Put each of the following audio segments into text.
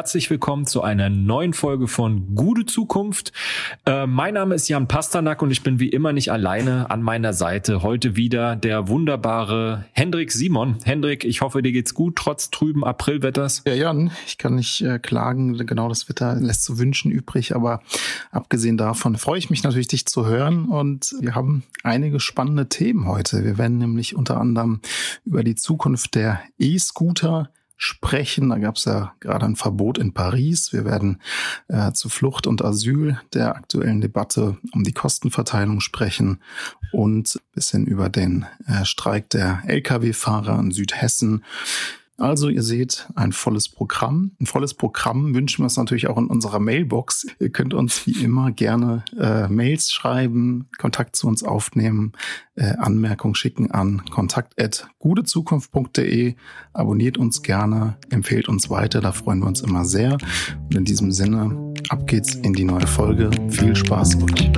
herzlich willkommen zu einer neuen Folge von Gute Zukunft. Mein Name ist Jan Pasternak und ich bin wie immer nicht alleine. An meiner Seite heute wieder der wunderbare Hendrik Simon. Hendrik, ich hoffe, dir geht's gut, trotz trüben Aprilwetters. Ja, Jan, ich kann nicht klagen. Genau, das Wetter lässt zu wünschen übrig. Aber abgesehen davon freue ich mich natürlich, dich zu hören. Und wir haben einige spannende Themen heute. Wir werden nämlich unter anderem über die Zukunft der E-Scooter sprechen. Da gab es ja gerade ein Verbot in Paris. Wir werden zu Flucht und Asyl, der aktuellen Debatte um die Kostenverteilung sprechen und ein bisschen über den Streik der Lkw-Fahrer in Südhessen. Also ihr seht, ein volles Programm. Ein volles Programm wünschen wir uns natürlich auch in unserer Mailbox. Ihr könnt uns wie immer gerne Mails schreiben, Kontakt zu uns aufnehmen, Anmerkungen schicken an kontakt@gutezukunft.de. Abonniert uns gerne, empfehlt uns weiter, da freuen wir uns immer sehr. Und in diesem Sinne, ab geht's in die neue Folge. Viel Spaß euch.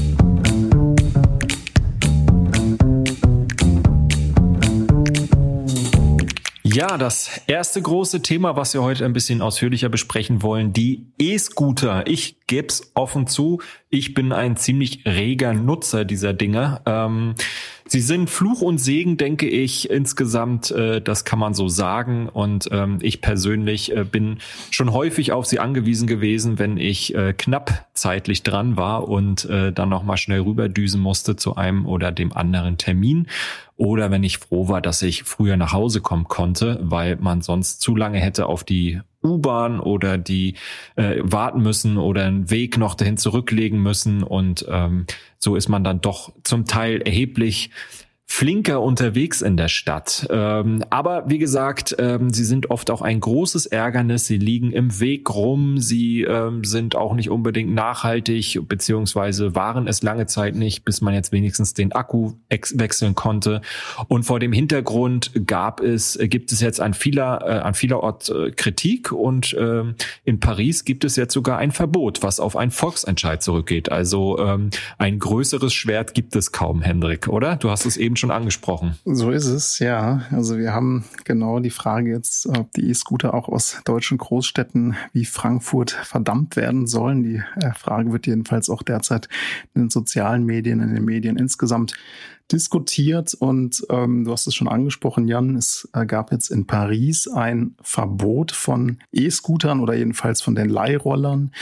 Ja, das erste große Thema, was wir heute ein bisschen ausführlicher besprechen wollen, die E-Scooter. Ich gebe es offen zu, ich bin ein ziemlich reger Nutzer dieser Dinger. Sie sind Fluch und Segen, denke ich, insgesamt, das kann man so sagen. Und ich persönlich bin schon häufig auf sie angewiesen gewesen, wenn ich knapp zeitlich dran war und dann nochmal schnell rüberdüsen musste zu einem oder dem anderen Termin. Oder wenn ich froh war, dass ich früher nach Hause kommen konnte, weil man sonst zu lange hätte auf die U-Bahn oder die warten müssen oder einen Weg noch dahin zurücklegen müssen. Und so ist man dann doch zum Teil erheblich flinker unterwegs in der Stadt. Aber wie gesagt, sie sind oft auch ein großes Ärgernis. Sie liegen im Weg rum. Sie sind auch nicht unbedingt nachhaltig, beziehungsweise waren es lange Zeit nicht, bis man jetzt wenigstens den Akku wechseln konnte. Und vor dem Hintergrund gibt es jetzt an vielerorts Kritik. Und in Paris gibt es jetzt sogar ein Verbot, was auf einen Volksentscheid zurückgeht. Also ein größeres Schwert gibt es kaum, Hendrik, oder? Du hast es eben schon angesprochen. So ist es, ja. Also wir haben genau die Frage jetzt, ob die E-Scooter auch aus deutschen Großstädten wie Frankfurt verdammt werden sollen. Die Frage wird jedenfalls auch derzeit in den sozialen Medien, in den Medien insgesamt diskutiert. Und du hast es schon angesprochen, Jan, es gab jetzt in Paris ein Verbot von E-Scootern oder jedenfalls von den Leihrollern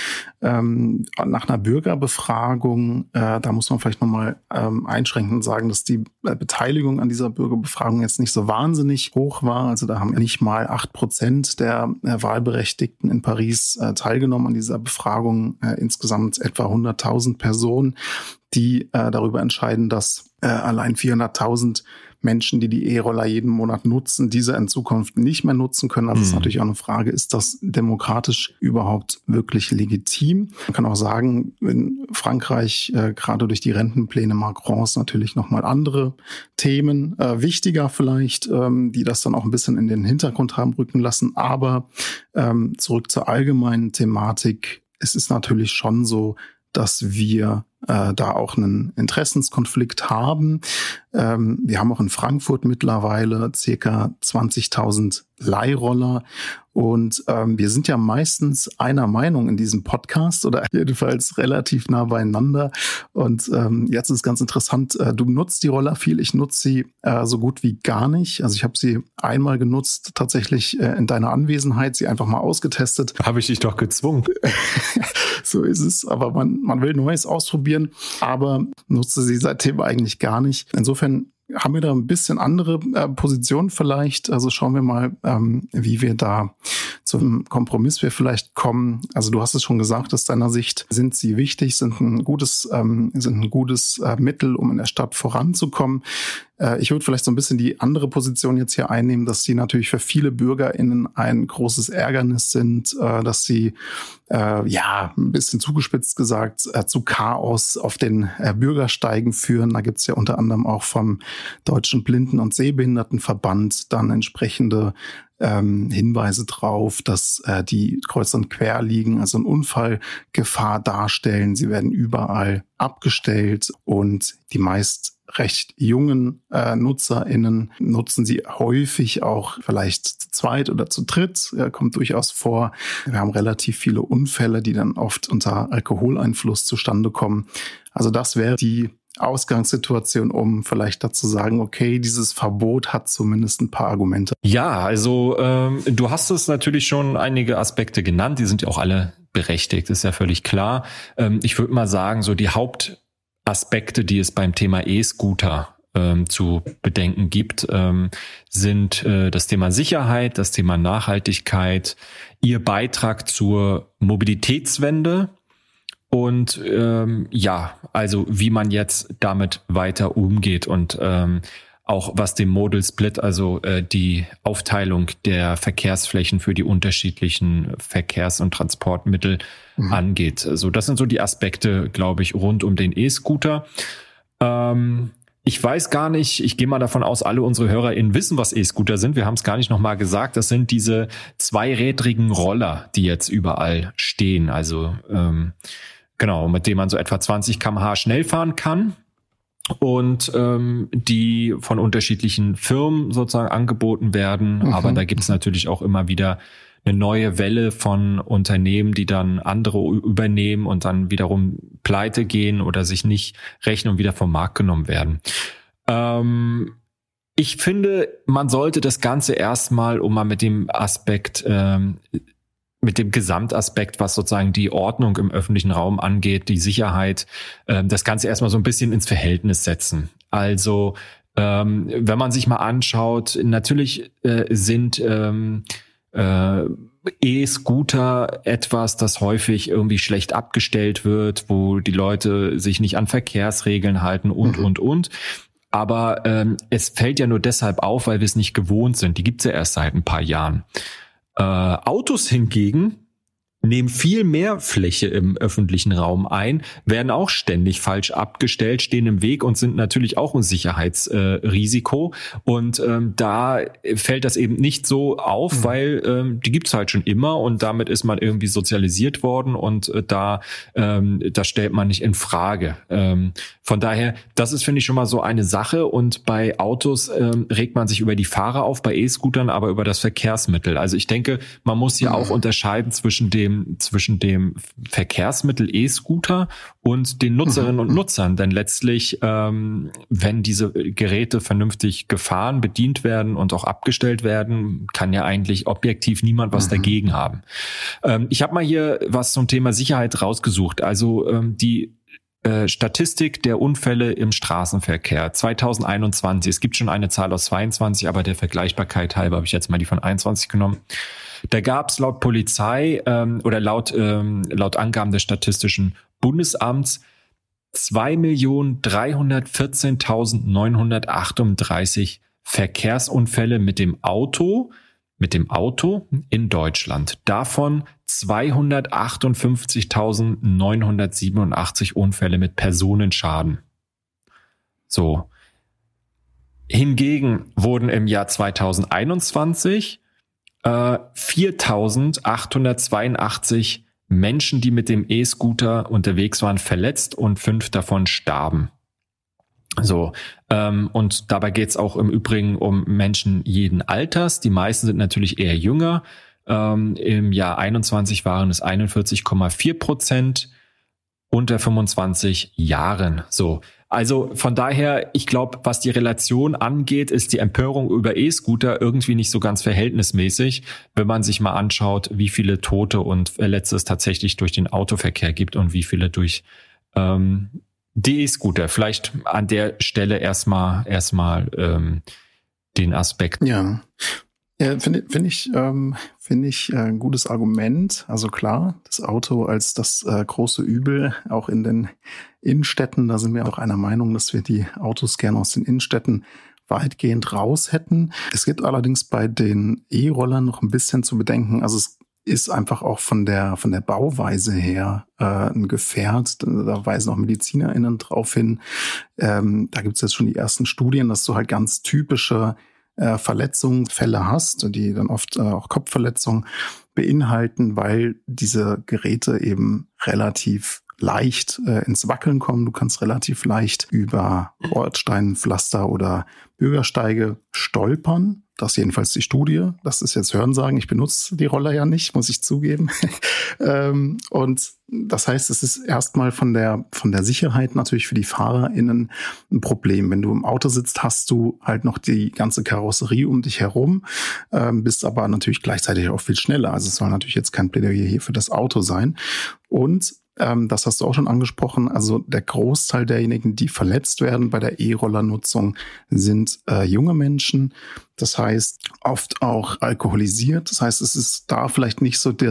nach einer Bürgerbefragung. Da muss man vielleicht nochmal einschränken und sagen, dass die Beteiligung an dieser Bürgerbefragung jetzt nicht so wahnsinnig hoch war. Also da haben nicht mal 8% der Wahlberechtigten in Paris teilgenommen an dieser Befragung. Insgesamt etwa 100.000 Personen, die darüber entscheiden, dass allein 400.000 Menschen, die E-Roller jeden Monat nutzen, diese in Zukunft nicht mehr nutzen können. Also ist natürlich auch eine Frage, ist das demokratisch überhaupt wirklich legitim? Man kann auch sagen, in Frankreich, gerade durch die Rentenpläne Macrons, natürlich nochmal andere Themen, wichtiger vielleicht, die das dann auch ein bisschen in den Hintergrund haben rücken lassen. Aber zurück zur allgemeinen Thematik. Es ist natürlich schon so, dass wir da auch einen Interessenskonflikt haben. Wir haben auch in Frankfurt mittlerweile circa 20.000 Leihroller und wir sind ja meistens einer Meinung in diesem Podcast oder jedenfalls relativ nah beieinander. Und jetzt ist ganz interessant, du nutzt die Roller viel, ich nutze sie so gut wie gar nicht. Also ich habe sie einmal genutzt, tatsächlich in deiner Anwesenheit, sie einfach mal ausgetestet. Habe ich dich doch gezwungen. So ist es, aber man will Neues ausprobieren, aber nutze sie seitdem eigentlich gar nicht. Insofern haben wir da ein bisschen andere Positionen vielleicht. Also schauen wir mal, wie wir da zum Kompromiss wir vielleicht kommen. Also du hast es schon gesagt, aus deiner Sicht sind sie wichtig, sind ein gutes Mittel, um in der Stadt voranzukommen. Ich würde vielleicht so ein bisschen die andere Position jetzt hier einnehmen, dass sie natürlich für viele BürgerInnen ein großes Ärgernis sind, dass sie, ein bisschen zugespitzt gesagt, zu Chaos auf den Bürgersteigen führen. Da gibt's ja unter anderem auch vom Deutschen Blinden- und Sehbehindertenverband dann entsprechende Hinweise drauf, dass die kreuz und quer liegen, also eine Unfallgefahr darstellen. Sie werden überall abgestellt und die meist recht jungen NutzerInnen nutzen sie häufig auch vielleicht zu zweit oder zu dritt, kommt durchaus vor. Wir haben relativ viele Unfälle, die dann oft unter Alkoholeinfluss zustande kommen. Also das wäre die Ausgangssituation, um vielleicht dazu sagen, okay, dieses Verbot hat zumindest ein paar Argumente. Ja, also du hast es natürlich schon einige Aspekte genannt, die sind ja auch alle berechtigt, ist ja völlig klar. Ich würde mal sagen, so die Hauptaspekte, die es beim Thema E-Scooter zu bedenken gibt, sind das Thema Sicherheit, das Thema Nachhaltigkeit, ihr Beitrag zur Mobilitätswende und also wie man jetzt damit weiter umgeht und auch was den Modal Split, also die Aufteilung der Verkehrsflächen für die unterschiedlichen Verkehrs- und Transportmittel angeht. Also das sind so die Aspekte, glaube ich, rund um den E-Scooter. Ich weiß gar nicht, ich gehe mal davon aus, alle unsere HörerInnen wissen, was E-Scooter sind. Wir haben es gar nicht nochmal gesagt. Das sind diese zweirädrigen Roller, die jetzt überall stehen. Also genau, mit denen man so etwa 20 km/h schnell fahren kann. Und die von unterschiedlichen Firmen sozusagen angeboten werden. Aber da gibt es natürlich auch immer wieder eine neue Welle von Unternehmen, die dann andere übernehmen und dann wiederum pleite gehen oder sich nicht rechnen und wieder vom Markt genommen werden. Ich finde, man sollte das Ganze erstmal, um mal mit dem Aspekt, mit dem Gesamtaspekt, was sozusagen die Ordnung im öffentlichen Raum angeht, die Sicherheit, das Ganze erstmal so ein bisschen ins Verhältnis setzen. Also wenn man sich mal anschaut, natürlich sind E-Scooter etwas, das häufig irgendwie schlecht abgestellt wird, wo die Leute sich nicht an Verkehrsregeln halten und. Aber es fällt ja nur deshalb auf, weil wir es nicht gewohnt sind. Die gibt's ja erst seit ein paar Jahren. Autos hingegen nehmen viel mehr Fläche im öffentlichen Raum ein, werden auch ständig falsch abgestellt, stehen im Weg und sind natürlich auch ein Sicherheitsrisiko. Und da fällt das eben nicht so auf, weil die gibt's halt schon immer und damit ist man irgendwie sozialisiert worden und da stellt man nicht in Frage. Von daher, das ist, finde ich, schon mal so eine Sache. Und bei Autos regt man sich über die Fahrer auf, bei E-Scootern aber über das Verkehrsmittel. Also ich denke, man muss hier auch unterscheiden zwischen dem Verkehrsmittel E-Scooter und den Nutzerinnen und Nutzern. Denn letztlich, wenn diese Geräte vernünftig gefahren, bedient werden und auch abgestellt werden, kann ja eigentlich objektiv niemand was dagegen haben. Ich habe mal hier was zum Thema Sicherheit rausgesucht. Also die Statistik der Unfälle im Straßenverkehr 2021. Es gibt schon eine Zahl aus 22, aber der Vergleichbarkeit halber habe ich jetzt mal die von 21 genommen. Da gab es laut Polizei oder laut Angaben des Statistischen Bundesamts 2.314.938 Verkehrsunfälle mit dem Auto in Deutschland. Davon 258.987 Unfälle mit Personenschaden. So. Hingegen wurden im Jahr 2021 4.882 Menschen, die mit dem E-Scooter unterwegs waren, verletzt und 5 davon starben. So, und dabei geht es auch im Übrigen um Menschen jeden Alters. Die meisten sind natürlich eher jünger. Im Jahr 21 waren es 41,4% unter 25 Jahren. So, also von daher, ich glaube, was die Relation angeht, ist die Empörung über E-Scooter irgendwie nicht so ganz verhältnismäßig, wenn man sich mal anschaut, wie viele Tote und Verletzte es tatsächlich durch den Autoverkehr gibt und wie viele durch die E-Scooter. Vielleicht an der Stelle erstmal den Aspekt. Ja. Finde ich ein gutes Argument. Also klar, das Auto als das große Übel, auch in den Innenstädten, da sind wir auch einer Meinung, dass wir die Autos gerne aus den Innenstädten weitgehend raus hätten. Es gibt allerdings bei den E-Rollern noch ein bisschen zu bedenken. Also es ist einfach auch von der Bauweise her ein Gefährt. Da weisen auch MedizinerInnen drauf hin. Da gibt es jetzt schon die ersten Studien, dass so halt ganz typische Verletzungsfälle hast, die dann oft auch Kopfverletzungen beinhalten, weil diese Geräte eben relativ leicht ins Wackeln kommen. Du kannst relativ leicht über Bordsteinpflaster oder Bürgersteige stolpern. Das ist jedenfalls die Studie. Das ist jetzt Hörensagen. Ich benutze die Roller ja nicht, muss ich zugeben. Und das heißt, es ist erstmal von der Sicherheit natürlich für die FahrerInnen ein Problem. Wenn du im Auto sitzt, hast du halt noch die ganze Karosserie um dich herum, bist aber natürlich gleichzeitig auch viel schneller. Also es soll natürlich jetzt kein Plädoyer hier für das Auto sein. Und das hast du auch schon angesprochen. Also der Großteil derjenigen, die verletzt werden bei der E-Roller-Nutzung, sind junge Menschen. Das heißt, oft auch alkoholisiert. Das heißt, es ist da vielleicht nicht so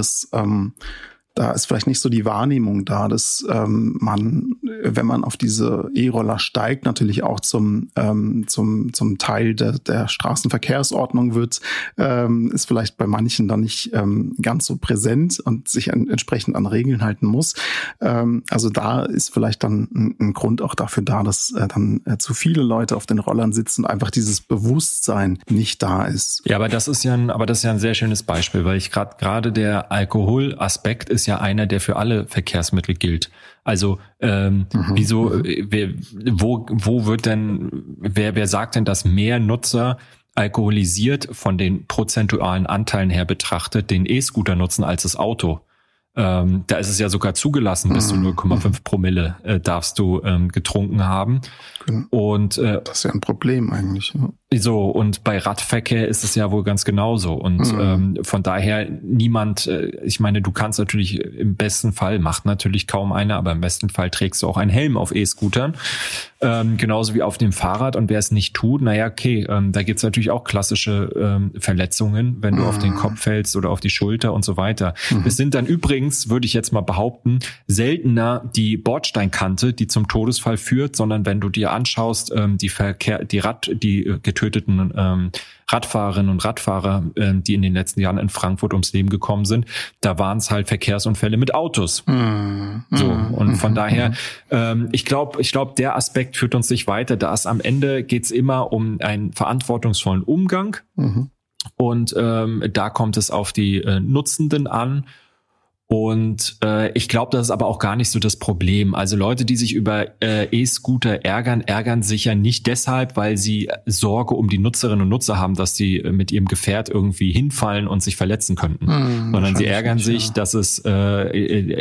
da ist vielleicht nicht so die Wahrnehmung da, dass man, wenn man auf diese E-Roller steigt, natürlich auch zum Teil der Straßenverkehrsordnung wird, ist vielleicht bei manchen dann nicht ganz so präsent und sich entsprechend an Regeln halten muss. Also da ist vielleicht dann ein Grund auch dafür da, dass dann zu viele Leute auf den Rollern sitzen und einfach dieses Bewusstsein nicht da ist. Ja, aber das ist ja ein sehr schönes Beispiel, weil ich gerade der Alkoholaspekt ist ja einer, der für alle Verkehrsmittel gilt. Also wieso, wo wird denn, wer sagt denn, dass mehr Nutzer alkoholisiert von den prozentualen Anteilen her betrachtet den E-Scooter nutzen als das Auto? Da ist es ja sogar zugelassen, bis zu 0,5 Promille darfst du getrunken haben. Und das ist ja ein Problem eigentlich. Ja. So, und bei Radverkehr ist es ja wohl ganz genauso. Und von daher ich meine, du kannst natürlich im besten Fall, macht natürlich kaum einer, aber im besten Fall trägst du auch einen Helm auf E-Scootern. Genauso wie auf dem Fahrrad. Und wer es nicht tut, okay, da gibt's natürlich auch klassische Verletzungen, wenn du auf den Kopf fällst oder auf die Schulter und so weiter. Es sind dann übrigens, würde ich jetzt mal behaupten, seltener die Bordsteinkante, die zum Todesfall führt, sondern wenn du dir anschaust, die getöteten Radfahrerinnen und Radfahrer, die in den letzten Jahren in Frankfurt ums Leben gekommen sind, da waren es halt Verkehrsunfälle mit Autos. So, und von daher, ich glaube, der Aspekt führt uns nicht weiter. Am Ende geht's immer um einen verantwortungsvollen Umgang. Und da kommt es auf die Nutzenden an. Und ich glaube, das ist aber auch gar nicht so das Problem. Also Leute, die sich über E-Scooter ärgern sich ja nicht deshalb, weil sie Sorge um die Nutzerinnen und Nutzer haben, dass sie mit ihrem Gefährt irgendwie hinfallen und sich verletzen könnten. Sondern sie ärgern sich, dass es dass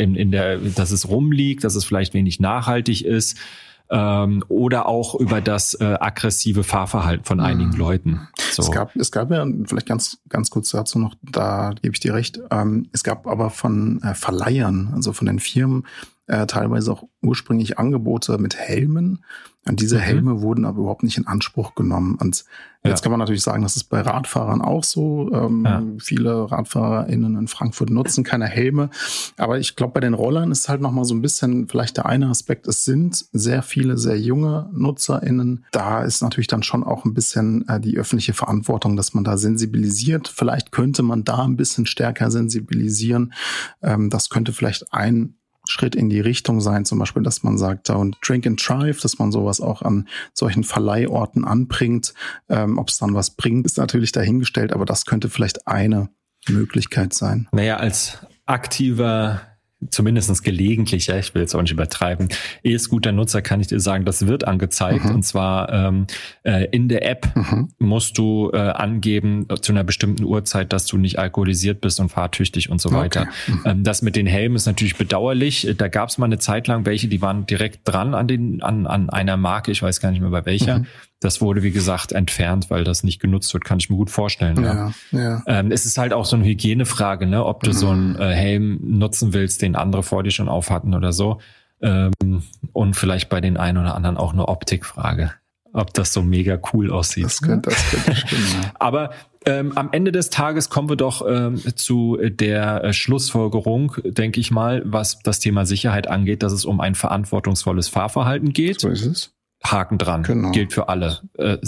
es rumliegt, dass es vielleicht wenig nachhaltig ist. Oder auch über das aggressive Fahrverhalten von einigen Leuten. So. Es gab ja, vielleicht ganz kurz dazu noch, da gebe ich dir recht, es gab aber von Verleihern, also von den Firmen, teilweise auch ursprünglich Angebote mit Helmen. Und diese Helme wurden aber überhaupt nicht in Anspruch genommen. Und jetzt kann man natürlich sagen, das ist bei Radfahrern auch so. Viele RadfahrerInnen in Frankfurt nutzen keine Helme. Aber ich glaube, bei den Rollern ist halt nochmal so ein bisschen vielleicht der eine Aspekt. Es sind sehr viele, sehr junge NutzerInnen. Da ist natürlich dann schon auch ein bisschen die öffentliche Verantwortung, dass man da sensibilisiert. Vielleicht könnte man da ein bisschen stärker sensibilisieren. Das könnte vielleicht ein Schritt in die Richtung sein, zum Beispiel, dass man sagt, und Drink and Drive, dass man sowas auch an solchen Verleihorten anbringt. Ob es dann was bringt, ist natürlich dahingestellt, aber das könnte vielleicht eine Möglichkeit sein. Naja, als aktiver, zumindest gelegentlicher, ich will jetzt auch nicht übertreiben, E-Scooter-Nutzer kann ich dir sagen, das wird angezeigt. Und zwar in der App musst du angeben zu einer bestimmten Uhrzeit, dass du nicht alkoholisiert bist und fahrtüchtig und so weiter. Das mit den Helmen ist natürlich bedauerlich. Da gab es mal eine Zeit lang welche, die waren direkt dran an einer Marke, ich weiß gar nicht mehr bei welcher. Das wurde, wie gesagt, entfernt, weil das nicht genutzt wird, kann ich mir gut vorstellen. Ja. Es ist halt auch so eine Hygienefrage, ne, ob du so einen Helm nutzen willst, den andere vor dir schon aufhatten oder so. Und vielleicht bei den einen oder anderen auch eine Optikfrage, ob das so mega cool aussieht. Das könnte stimmen. Ja. Aber am Ende des Tages kommen wir doch zu der Schlussfolgerung, denke ich mal, was das Thema Sicherheit angeht, dass es um ein verantwortungsvolles Fahrverhalten geht. So ist es. Haken dran, genau. Gilt für alle.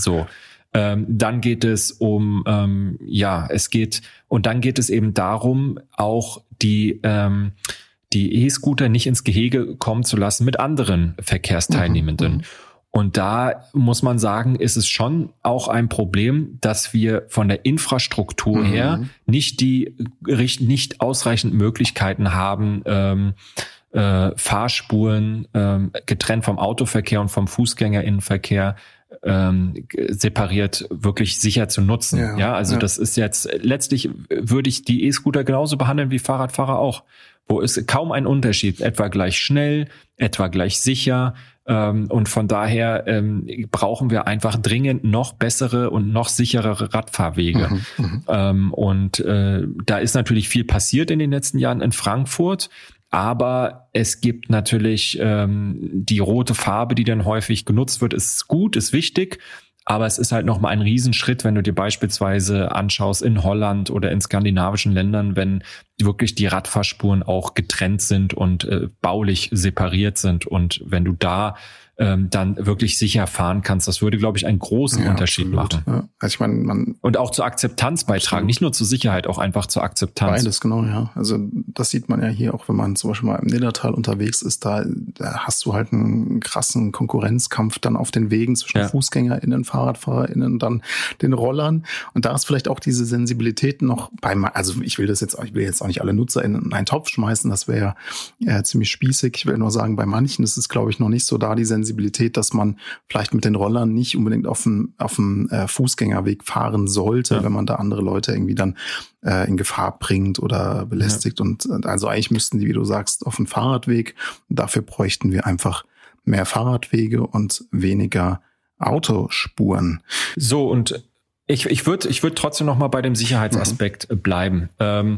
Dann geht es um, dann geht es eben darum, auch die E-Scooter nicht ins Gehege kommen zu lassen mit anderen Verkehrsteilnehmenden. Und da muss man sagen, ist es schon auch ein Problem, dass wir von der Infrastruktur her nicht ausreichend Möglichkeiten haben, Fahrspuren getrennt vom Autoverkehr und vom Fußgängerinnenverkehr separiert wirklich sicher zu nutzen. Das ist jetzt, letztlich würde ich die E-Scooter genauso behandeln wie Fahrradfahrer auch, wo es kaum ein Unterschied, etwa gleich schnell, etwa gleich sicher, und von daher brauchen wir einfach dringend noch bessere und noch sicherere Radfahrwege. Da ist natürlich viel passiert in den letzten Jahren in Frankfurt. Aber es gibt natürlich die rote Farbe, die dann häufig genutzt wird, ist gut, ist wichtig. Aber es ist halt nochmal ein Riesenschritt, wenn du dir beispielsweise anschaust in Holland oder in skandinavischen Ländern, wenn wirklich die Radfahrspuren auch getrennt sind und baulich separiert sind. Und wenn du da dann wirklich sicher fahren kannst, das würde, glaube ich, einen großen Unterschied machen. Ja. Also ich meine, und auch zur Akzeptanz beitragen, nicht nur zur Sicherheit, auch einfach zur Akzeptanz. Beides, genau, ja. Also das sieht man ja hier auch, wenn man zum Beispiel mal im Nillertal unterwegs ist, da hast du halt einen krassen Konkurrenzkampf dann auf den Wegen zwischen FußgängerInnen, FahrradfahrerInnen, dann den Rollern. Und da ist vielleicht auch diese Sensibilität noch also ich will jetzt auch nicht alle NutzerInnen in einen Topf schmeißen, das wäre ja ziemlich spießig. Ich will nur sagen, bei manchen ist es, glaube ich, noch nicht so da, die Sensibilität, dass man vielleicht mit den Rollern nicht unbedingt auf dem Fußgängerweg fahren sollte, wenn man da andere Leute irgendwie dann in Gefahr bringt oder belästigt. Und also eigentlich müssten die, wie du sagst, auf den Fahrradweg. Dafür bräuchten wir einfach mehr Fahrradwege und weniger Autospuren. So, und ich würde trotzdem noch mal bei dem Sicherheitsaspekt bleiben,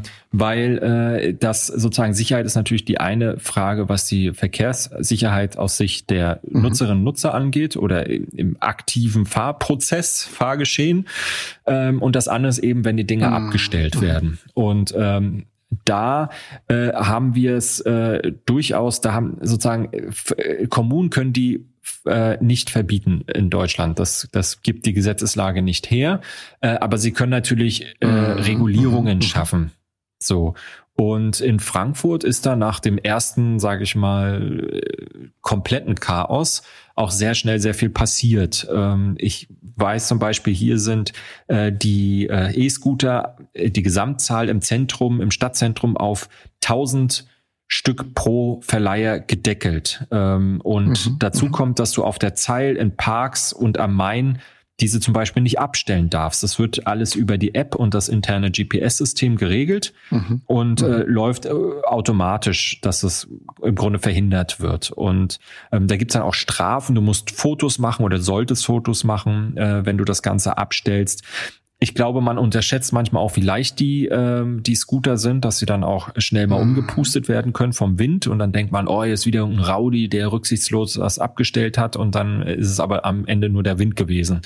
weil das sozusagen Sicherheit ist natürlich die eine Frage, was die Verkehrssicherheit aus Sicht der Nutzerinnen und Nutzer angeht oder im aktiven Fahrgeschehen. Und das andere ist eben, wenn die Dinge abgestellt werden. Und da haben wir es durchaus, da haben sozusagen Kommunen können die nicht verbieten in Deutschland. Das gibt die Gesetzeslage nicht her. Aber sie können natürlich Regulierungen schaffen. So. Und in Frankfurt ist da nach dem ersten, sage ich mal, kompletten Chaos auch sehr schnell sehr viel passiert. Ich weiß zum Beispiel, hier sind die E-Scooter, die Gesamtzahl im Stadtzentrum auf 1000 Stück pro Verleiher gedeckelt. Und dazu kommt, dass du auf der Zeil in Parks und am Main diese zum Beispiel nicht abstellen darfst. Das wird alles über die App und das interne GPS-System geregelt und läuft automatisch, dass es im Grunde verhindert wird. Und da gibt's dann auch Strafen. Du musst Fotos machen oder solltest Fotos machen, wenn du das Ganze abstellst. Ich glaube, man unterschätzt manchmal auch, wie leicht die Scooter sind, dass sie dann auch schnell mal umgepustet werden können vom Wind. Und dann denkt man, oh, jetzt wieder ein Rowdy, der rücksichtslos das abgestellt hat. Und dann ist es aber am Ende nur der Wind gewesen.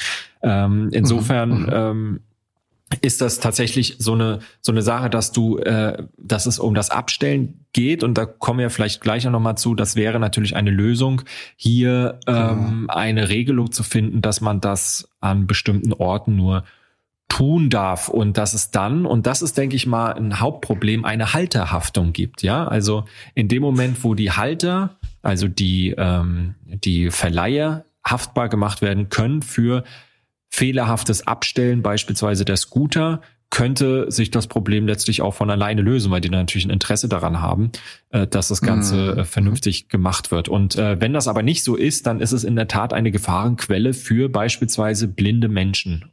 Insofern ist das tatsächlich so eine Sache, dass es um das Abstellen geht. Und da kommen wir vielleicht gleich noch mal zu. Das wäre natürlich eine Lösung, hier eine Regelung zu finden, dass man das an bestimmten Orten nur tun darf und dass es dann, und das ist, denke ich mal, ein Hauptproblem, eine Halterhaftung gibt. Ja, also in dem Moment, wo die Halter, also die Verleiher haftbar gemacht werden können für fehlerhaftes Abstellen, beispielsweise der Scooter, könnte sich das Problem letztlich auch von alleine lösen, weil die natürlich ein Interesse daran haben, dass das Ganze vernünftig gemacht wird. Und wenn das aber nicht so ist, dann ist es in der Tat eine Gefahrenquelle für beispielsweise blinde Menschen.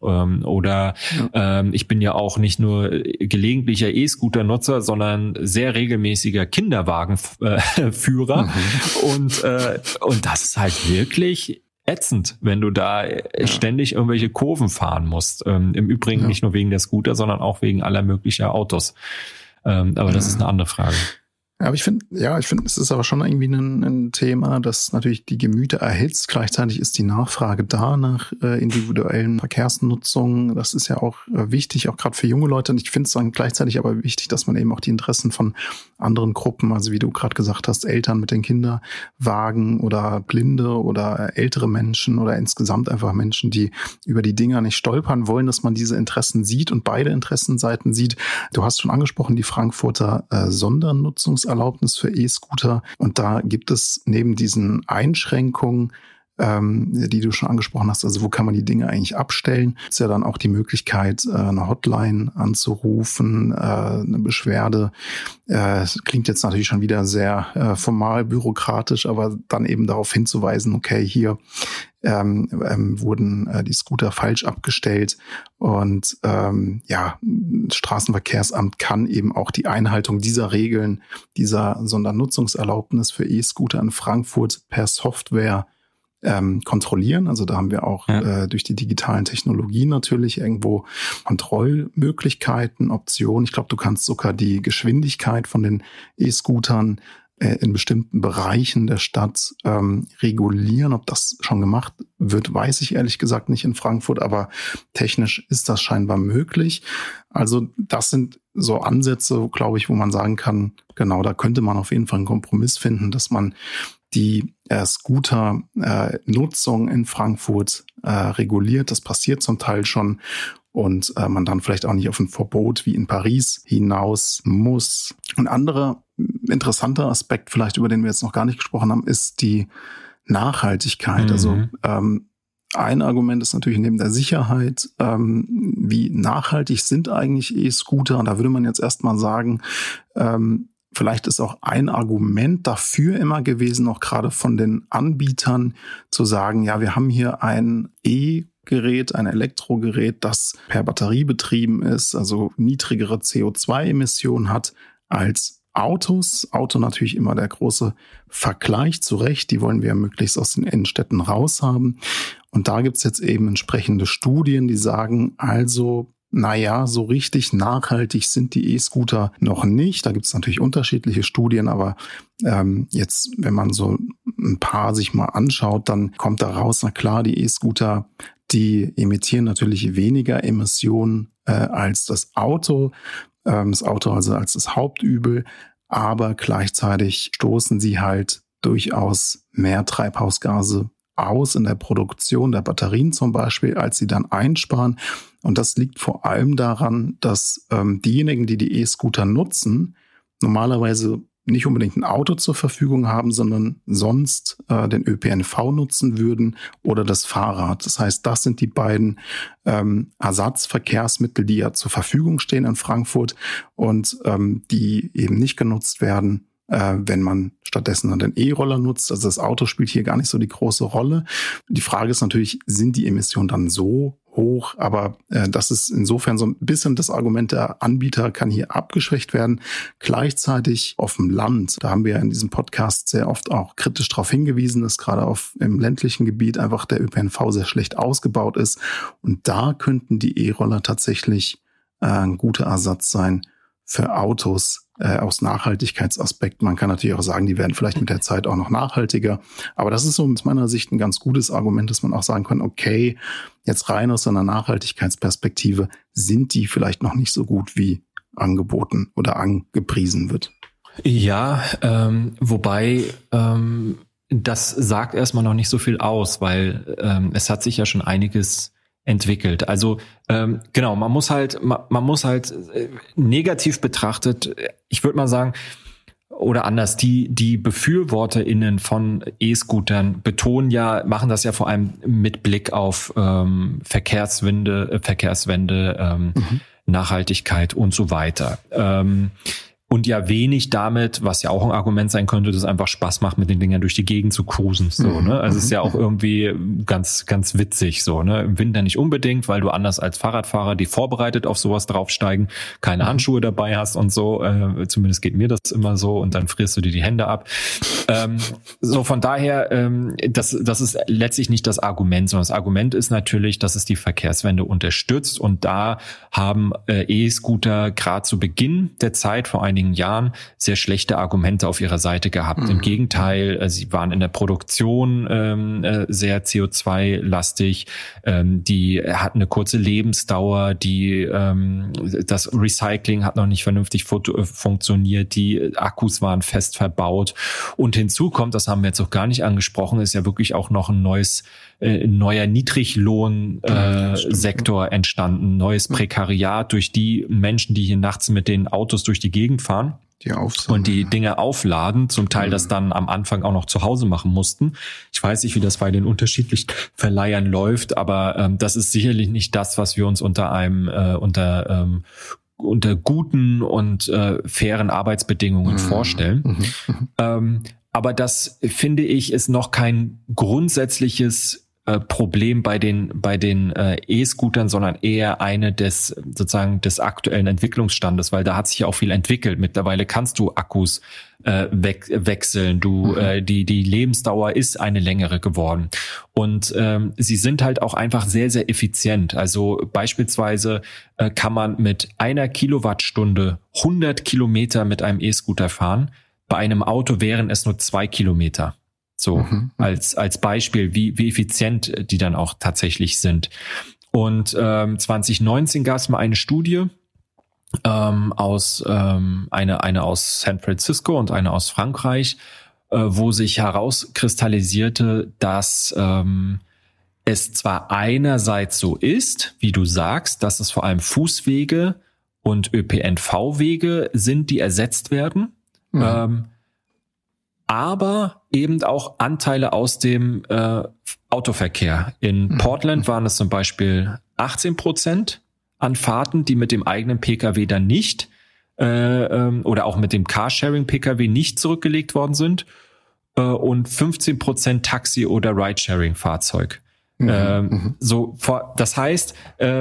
Ich bin ja auch nicht nur gelegentlicher E-Scooter-Nutzer, sondern sehr regelmäßiger Kinderwagenführer. Und das ist halt wirklich ätzend, wenn du da ständig irgendwelche Kurven fahren musst. Im Übrigen nicht nur wegen der Scooter, sondern auch wegen aller möglicher Autos. Aber das ist eine andere Frage. Ja, aber ich finde, es ist aber schon irgendwie ein Thema, das natürlich die Gemüter erhitzt. Gleichzeitig ist die Nachfrage da nach individuellen Verkehrsnutzungen. Das ist ja auch wichtig, auch gerade für junge Leute. Und ich finde es dann gleichzeitig aber wichtig, dass man eben auch die Interessen von anderen Gruppen, also wie du gerade gesagt hast, Eltern mit den Kinderwagen oder Blinde oder ältere Menschen oder insgesamt einfach Menschen, die über die Dinger nicht stolpern wollen, dass man diese Interessen sieht und beide Interessenseiten sieht. Du hast schon angesprochen, die Frankfurter Sondernutzungserlaubnis für E-Scooter. Und da gibt es neben diesen Einschränkungen die du schon angesprochen hast. Also wo kann man die Dinge eigentlich abstellen? Ist ja dann auch die Möglichkeit, eine Hotline anzurufen, eine Beschwerde. Klingt jetzt natürlich schon wieder sehr formal, bürokratisch, aber dann eben darauf hinzuweisen, okay, hier wurden die Scooter falsch abgestellt und Straßenverkehrsamt kann eben auch die Einhaltung dieser Regeln, dieser Sondernutzungserlaubnis für E-Scooter in Frankfurt per Software kontrollieren. Also da haben wir auch durch die digitalen Technologien natürlich irgendwo Kontrollmöglichkeiten, Optionen. Ich glaube, du kannst sogar die Geschwindigkeit von den E-Scootern in bestimmten Bereichen der Stadt regulieren. Ob das schon gemacht wird, weiß ich ehrlich gesagt nicht in Frankfurt, aber technisch ist das scheinbar möglich. Also das sind so Ansätze, glaube ich, wo man sagen kann, genau, da könnte man auf jeden Fall einen Kompromiss finden, dass man die Scooter-Nutzung in Frankfurt reguliert. Das passiert zum Teil schon. Und man dann vielleicht auch nicht auf ein Verbot wie in Paris hinaus muss. Ein anderer interessanter Aspekt, vielleicht über den wir jetzt noch gar nicht gesprochen haben, ist die Nachhaltigkeit. Also ein Argument ist natürlich neben der Sicherheit, wie nachhaltig sind eigentlich E-Scooter? Und da würde man jetzt erstmal sagen, vielleicht ist auch ein Argument dafür immer gewesen, auch gerade von den Anbietern zu sagen, ja, wir haben hier ein Gerät, ein Elektrogerät, das per Batterie betrieben ist, also niedrigere CO2-Emissionen hat als Autos. Auto natürlich immer der große Vergleich, zu Recht. Die wollen wir ja möglichst aus den Innenstädten raushaben. Und da gibt's jetzt eben entsprechende Studien, die sagen, also so richtig nachhaltig sind die E-Scooter noch nicht. Da gibt es natürlich unterschiedliche Studien, aber jetzt, wenn man so ein paar sich mal anschaut, dann kommt da raus, na klar, die E-Scooter, die emittieren natürlich weniger Emissionen als das Auto. Das Auto also als das Hauptübel, aber gleichzeitig stoßen sie halt durchaus mehr Treibhausgase aus in der Produktion der Batterien zum Beispiel, als sie dann einsparen. Und das liegt vor allem daran, dass diejenigen, die die E-Scooter nutzen, normalerweise nicht unbedingt ein Auto zur Verfügung haben, sondern sonst den ÖPNV nutzen würden oder das Fahrrad. Das heißt, das sind die beiden Ersatzverkehrsmittel, die ja zur Verfügung stehen in Frankfurt und die eben nicht genutzt werden, wenn man stattdessen dann den E-Roller nutzt. Also das Auto spielt hier gar nicht so die große Rolle. Die Frage ist natürlich, sind die Emissionen dann so hoch? Aber das ist insofern so ein bisschen das Argument, der Anbieter kann hier abgeschwächt werden. Gleichzeitig auf dem Land, da haben wir in diesem Podcast sehr oft auch kritisch darauf hingewiesen, dass gerade im ländlichen Gebiet einfach der ÖPNV sehr schlecht ausgebaut ist. Und da könnten die E-Roller tatsächlich ein guter Ersatz sein für Autos aus Nachhaltigkeitsaspekten. Man kann natürlich auch sagen, die werden vielleicht mit der Zeit auch noch nachhaltiger. Aber das ist so aus meiner Sicht ein ganz gutes Argument, dass man auch sagen kann, okay, jetzt rein aus einer Nachhaltigkeitsperspektive sind die vielleicht noch nicht so gut, wie angeboten oder angepriesen wird. Ja, wobei das sagt erstmal noch nicht so viel aus, weil es hat sich ja schon einiges entwickelt. Also genau, man muss halt negativ betrachtet, ich würde mal sagen, oder anders, die BefürworterInnen von E-Scootern machen das ja vor allem mit Blick auf Verkehrswende, Nachhaltigkeit und so weiter. Und ja wenig damit, was ja auch ein Argument sein könnte, dass es einfach Spaß macht, mit den Dingern durch die Gegend zu cruisen. So, ne? Also es ist ja auch irgendwie ganz, ganz witzig. So, ne? Im Winter nicht unbedingt, weil du anders als Fahrradfahrer, die vorbereitet auf sowas draufsteigen, keine Handschuhe dabei hast und so. Zumindest geht mir das immer so und dann frierst du dir die Hände ab. So von daher, das ist letztlich nicht das Argument, sondern das Argument ist natürlich, dass es die Verkehrswende unterstützt. Und da haben E-Scooter gerade zu Beginn der Zeit, vor einigen Jahren, sehr schlechte Argumente auf ihrer Seite gehabt. Im Gegenteil, sie waren in der Produktion sehr CO2-lastig, die hatten eine kurze Lebensdauer, das Recycling hat noch nicht vernünftig funktioniert, die Akkus waren fest verbaut. Und hinzu kommt, das haben wir jetzt auch gar nicht angesprochen, ist ja wirklich auch noch ein neuer Niedriglohnsektor entstanden, neues Prekariat durch die Menschen, die hier nachts mit den Autos durch die Gegend fahren. und die Dinge aufladen, zum Teil das dann am Anfang auch noch zu Hause machen mussten. Ich weiß nicht, wie das bei den unterschiedlichen Verleihern läuft, aber das ist sicherlich nicht das, was wir uns unter guten und fairen Arbeitsbedingungen vorstellen. Aber das, finde ich, ist noch kein grundsätzliches Problem bei den E-Scootern, sondern eher eine des aktuellen Entwicklungsstandes, weil da hat sich ja auch viel entwickelt. Mittlerweile kannst du Akkus wechseln. Die Lebensdauer ist eine längere geworden. Und sie sind halt auch einfach sehr, sehr effizient. Also beispielsweise kann man mit 1 Kilowattstunde 100 Kilometer mit einem E-Scooter fahren. Bei einem Auto wären es nur 2 Kilometer. So, als Beispiel, wie effizient die dann auch tatsächlich sind. Und 2019 gab es mal eine Studie eine aus San Francisco und eine aus Frankreich, wo sich herauskristallisierte, dass es zwar einerseits so ist, wie du sagst, dass es vor allem Fußwege und ÖPNV-Wege sind, die ersetzt werden, aber eben auch Anteile aus dem Autoverkehr. In Portland waren es zum Beispiel 18% an Fahrten, die mit dem eigenen Pkw dann nicht oder auch mit dem Carsharing-Pkw nicht zurückgelegt worden sind und 15% Taxi- oder Ridesharing-Fahrzeug. Das heißt,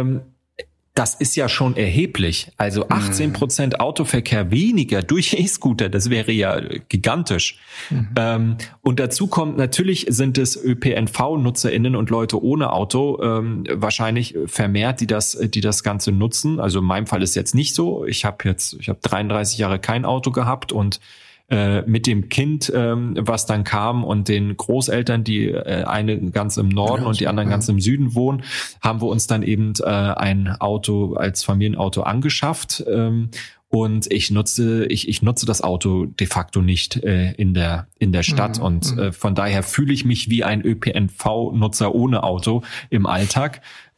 das ist ja schon erheblich. Also 18% Autoverkehr weniger durch E-Scooter, das wäre ja gigantisch. Und dazu kommt, natürlich sind es ÖPNV-NutzerInnen und Leute ohne Auto wahrscheinlich vermehrt, die das Ganze nutzen. Also in meinem Fall ist jetzt nicht so. Ich habe 33 Jahre kein Auto gehabt und mit dem Kind, was dann kam und den Großeltern, die eine ganz im Norden und die anderen ganz im Süden wohnen, haben wir uns dann eben ein Auto als Familienauto angeschafft. Und ich nutze das Auto de facto nicht in der Stadt. Und von daher fühle ich mich wie ein ÖPNV-Nutzer ohne Auto im Alltag.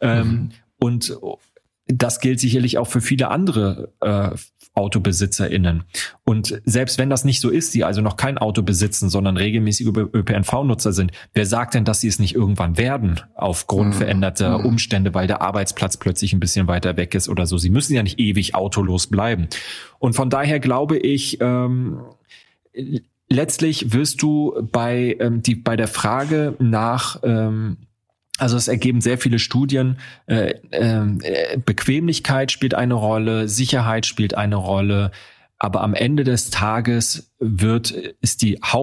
Und das gilt sicherlich auch für viele andere AutobesitzerInnen. Und selbst wenn das nicht so ist, die also noch kein Auto besitzen, sondern regelmäßige ÖPNV-Nutzer sind, wer sagt denn, dass sie es nicht irgendwann werden, aufgrund veränderter Umstände, weil der Arbeitsplatz plötzlich ein bisschen weiter weg ist oder so? Sie müssen ja nicht ewig autolos bleiben. Und von daher glaube ich, letztlich wirst du bei der Frage nach also es ergeben sehr viele Studien, Bequemlichkeit spielt eine Rolle, Sicherheit spielt eine Rolle, aber am Ende des Tages ist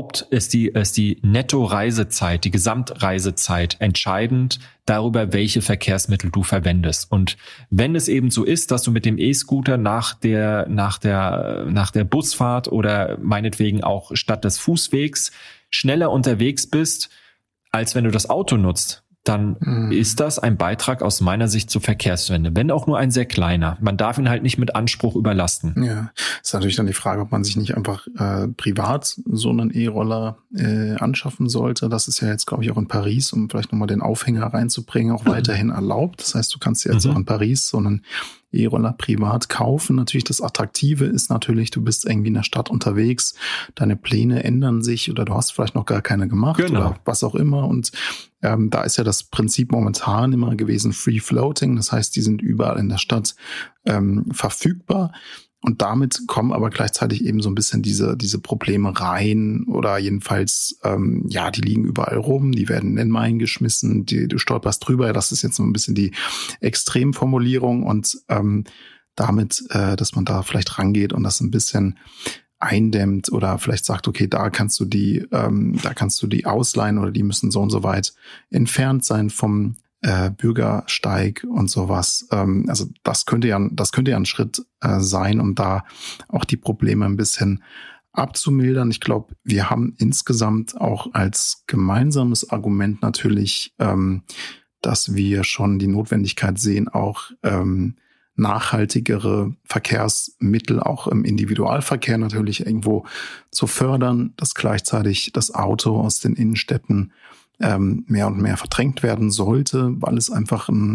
die Netto-Reisezeit, die Gesamtreisezeit entscheidend darüber, welche Verkehrsmittel du verwendest. Und wenn es eben so ist, dass du mit dem E-Scooter nach der Busfahrt oder meinetwegen auch statt des Fußwegs schneller unterwegs bist, als wenn du das Auto nutzt, dann ist das ein Beitrag aus meiner Sicht zur Verkehrswende, wenn auch nur ein sehr kleiner. Man darf ihn halt nicht mit Anspruch überlasten. Ja, ist natürlich dann die Frage, ob man sich nicht einfach privat so einen E-Roller anschaffen sollte. Das ist ja jetzt, glaube ich, auch in Paris, um vielleicht nochmal den Aufhänger reinzubringen, auch weiterhin erlaubt. Das heißt, du kannst jetzt auch in Paris so einen E-Roller privat kaufen. Natürlich das Attraktive ist natürlich, du bist irgendwie in der Stadt unterwegs, deine Pläne ändern sich oder du hast vielleicht noch gar keine gemacht oder was auch immer. Und da ist ja das Prinzip momentan immer gewesen Free Floating. Das heißt, die sind überall in der Stadt verfügbar. Und damit kommen aber gleichzeitig eben so ein bisschen diese Probleme rein oder jedenfalls, die liegen überall rum, die werden in den Main geschmissen, du stolperst drüber. Das ist jetzt so ein bisschen die Extremformulierung und damit, dass man da vielleicht rangeht und das ein bisschen eindämmt oder vielleicht sagt, okay, da kannst du die ausleihen oder die müssen so und so weit entfernt sein vom Bürgersteig und sowas. Also das könnte ja ein Schritt sein, um da auch die Probleme ein bisschen abzumildern. Ich glaube, wir haben insgesamt auch als gemeinsames Argument natürlich, dass wir schon die Notwendigkeit sehen, auch nachhaltigere Verkehrsmittel auch im Individualverkehr natürlich irgendwo zu fördern, dass gleichzeitig das Auto aus den Innenstädten mehr und mehr verdrängt werden sollte, weil es einfach ein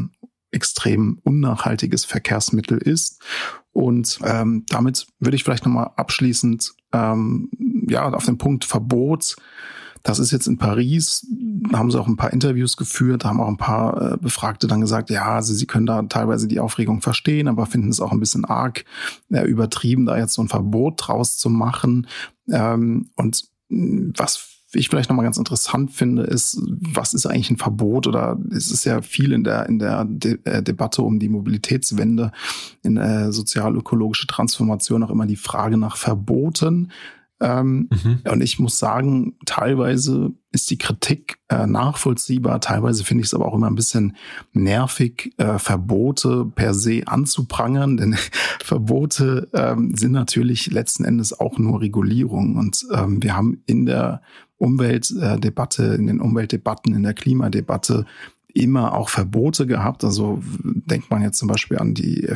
extrem unnachhaltiges Verkehrsmittel ist. Und damit würde ich vielleicht nochmal abschließend auf den Punkt Verbot. Das ist jetzt in Paris, da haben sie auch ein paar Interviews geführt, da haben auch ein paar Befragte dann gesagt, ja, also sie können da teilweise die Aufregung verstehen, aber finden es auch ein bisschen arg übertrieben, da jetzt so ein Verbot draus zu machen. Und was ich vielleicht nochmal ganz interessant finde, ist, was ist eigentlich ein Verbot? Oder es ist ja viel in der Debatte um die Mobilitätswende, in sozial-ökologische Transformation auch immer die Frage nach Verboten. Und ich muss sagen, teilweise ist die Kritik nachvollziehbar, teilweise finde ich es aber auch immer ein bisschen nervig, Verbote per se anzuprangern, denn Verbote sind natürlich letzten Endes auch nur Regulierung. Und wir haben in der Umweltdebatte, in den Umweltdebatten, in der Klimadebatte immer auch Verbote gehabt. Also denkt man jetzt zum Beispiel an die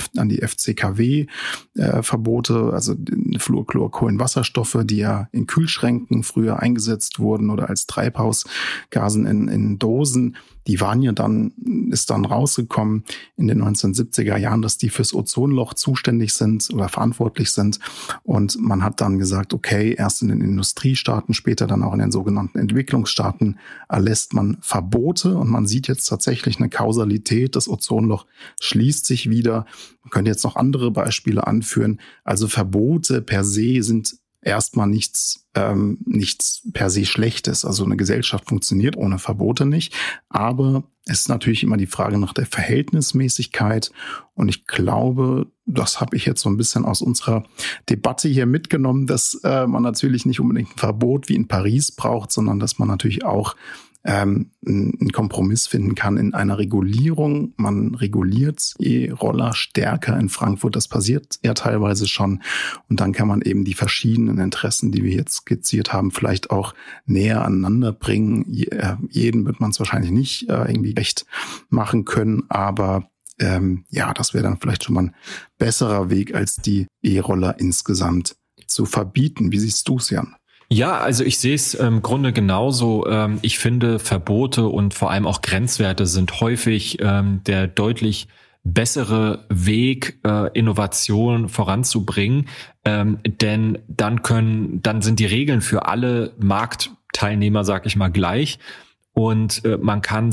FCKW-Verbote, also Fluorchlorkohlenwasserstoffe, die ja in Kühlschränken früher eingesetzt wurden oder als Treibhausgasen in Dosen. Die waren ja ist dann rausgekommen in den 1970er Jahren, dass die fürs Ozonloch zuständig sind oder verantwortlich sind. Und man hat dann gesagt, okay, erst in den Industriestaaten, später dann auch in den sogenannten Entwicklungsstaaten erlässt man Verbote. Und man sieht jetzt tatsächlich eine Kausalität. Das Ozonloch schließt sich wieder. Man könnte jetzt noch andere Beispiele anführen. Also Verbote per se sind erstmal nichts per se Schlechtes. Also eine Gesellschaft funktioniert ohne Verbote nicht. Aber es ist natürlich immer die Frage nach der Verhältnismäßigkeit. Und ich glaube, das habe ich jetzt so ein bisschen aus unserer Debatte hier mitgenommen, dass man natürlich nicht unbedingt ein Verbot wie in Paris braucht, sondern dass man natürlich auch einen Kompromiss finden kann in einer Regulierung. Man reguliert E-Roller stärker in Frankfurt. Das passiert ja teilweise schon. Und dann kann man eben die verschiedenen Interessen, die wir jetzt skizziert haben, vielleicht auch näher aneinander bringen. Jeden wird man es wahrscheinlich nicht irgendwie recht machen können. Aber das wäre dann vielleicht schon mal ein besserer Weg, als die E-Roller insgesamt zu verbieten. Wie siehst du es, Jan? Ja, also ich sehe es im Grunde genauso. Ich finde, Verbote und vor allem auch Grenzwerte sind häufig der deutlich bessere Weg, Innovation voranzubringen, denn dann sind die Regeln für alle Marktteilnehmer, sag ich mal, gleich. Und man kann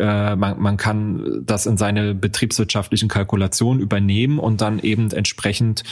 das in seine betriebswirtschaftlichen Kalkulationen übernehmen und dann eben entsprechend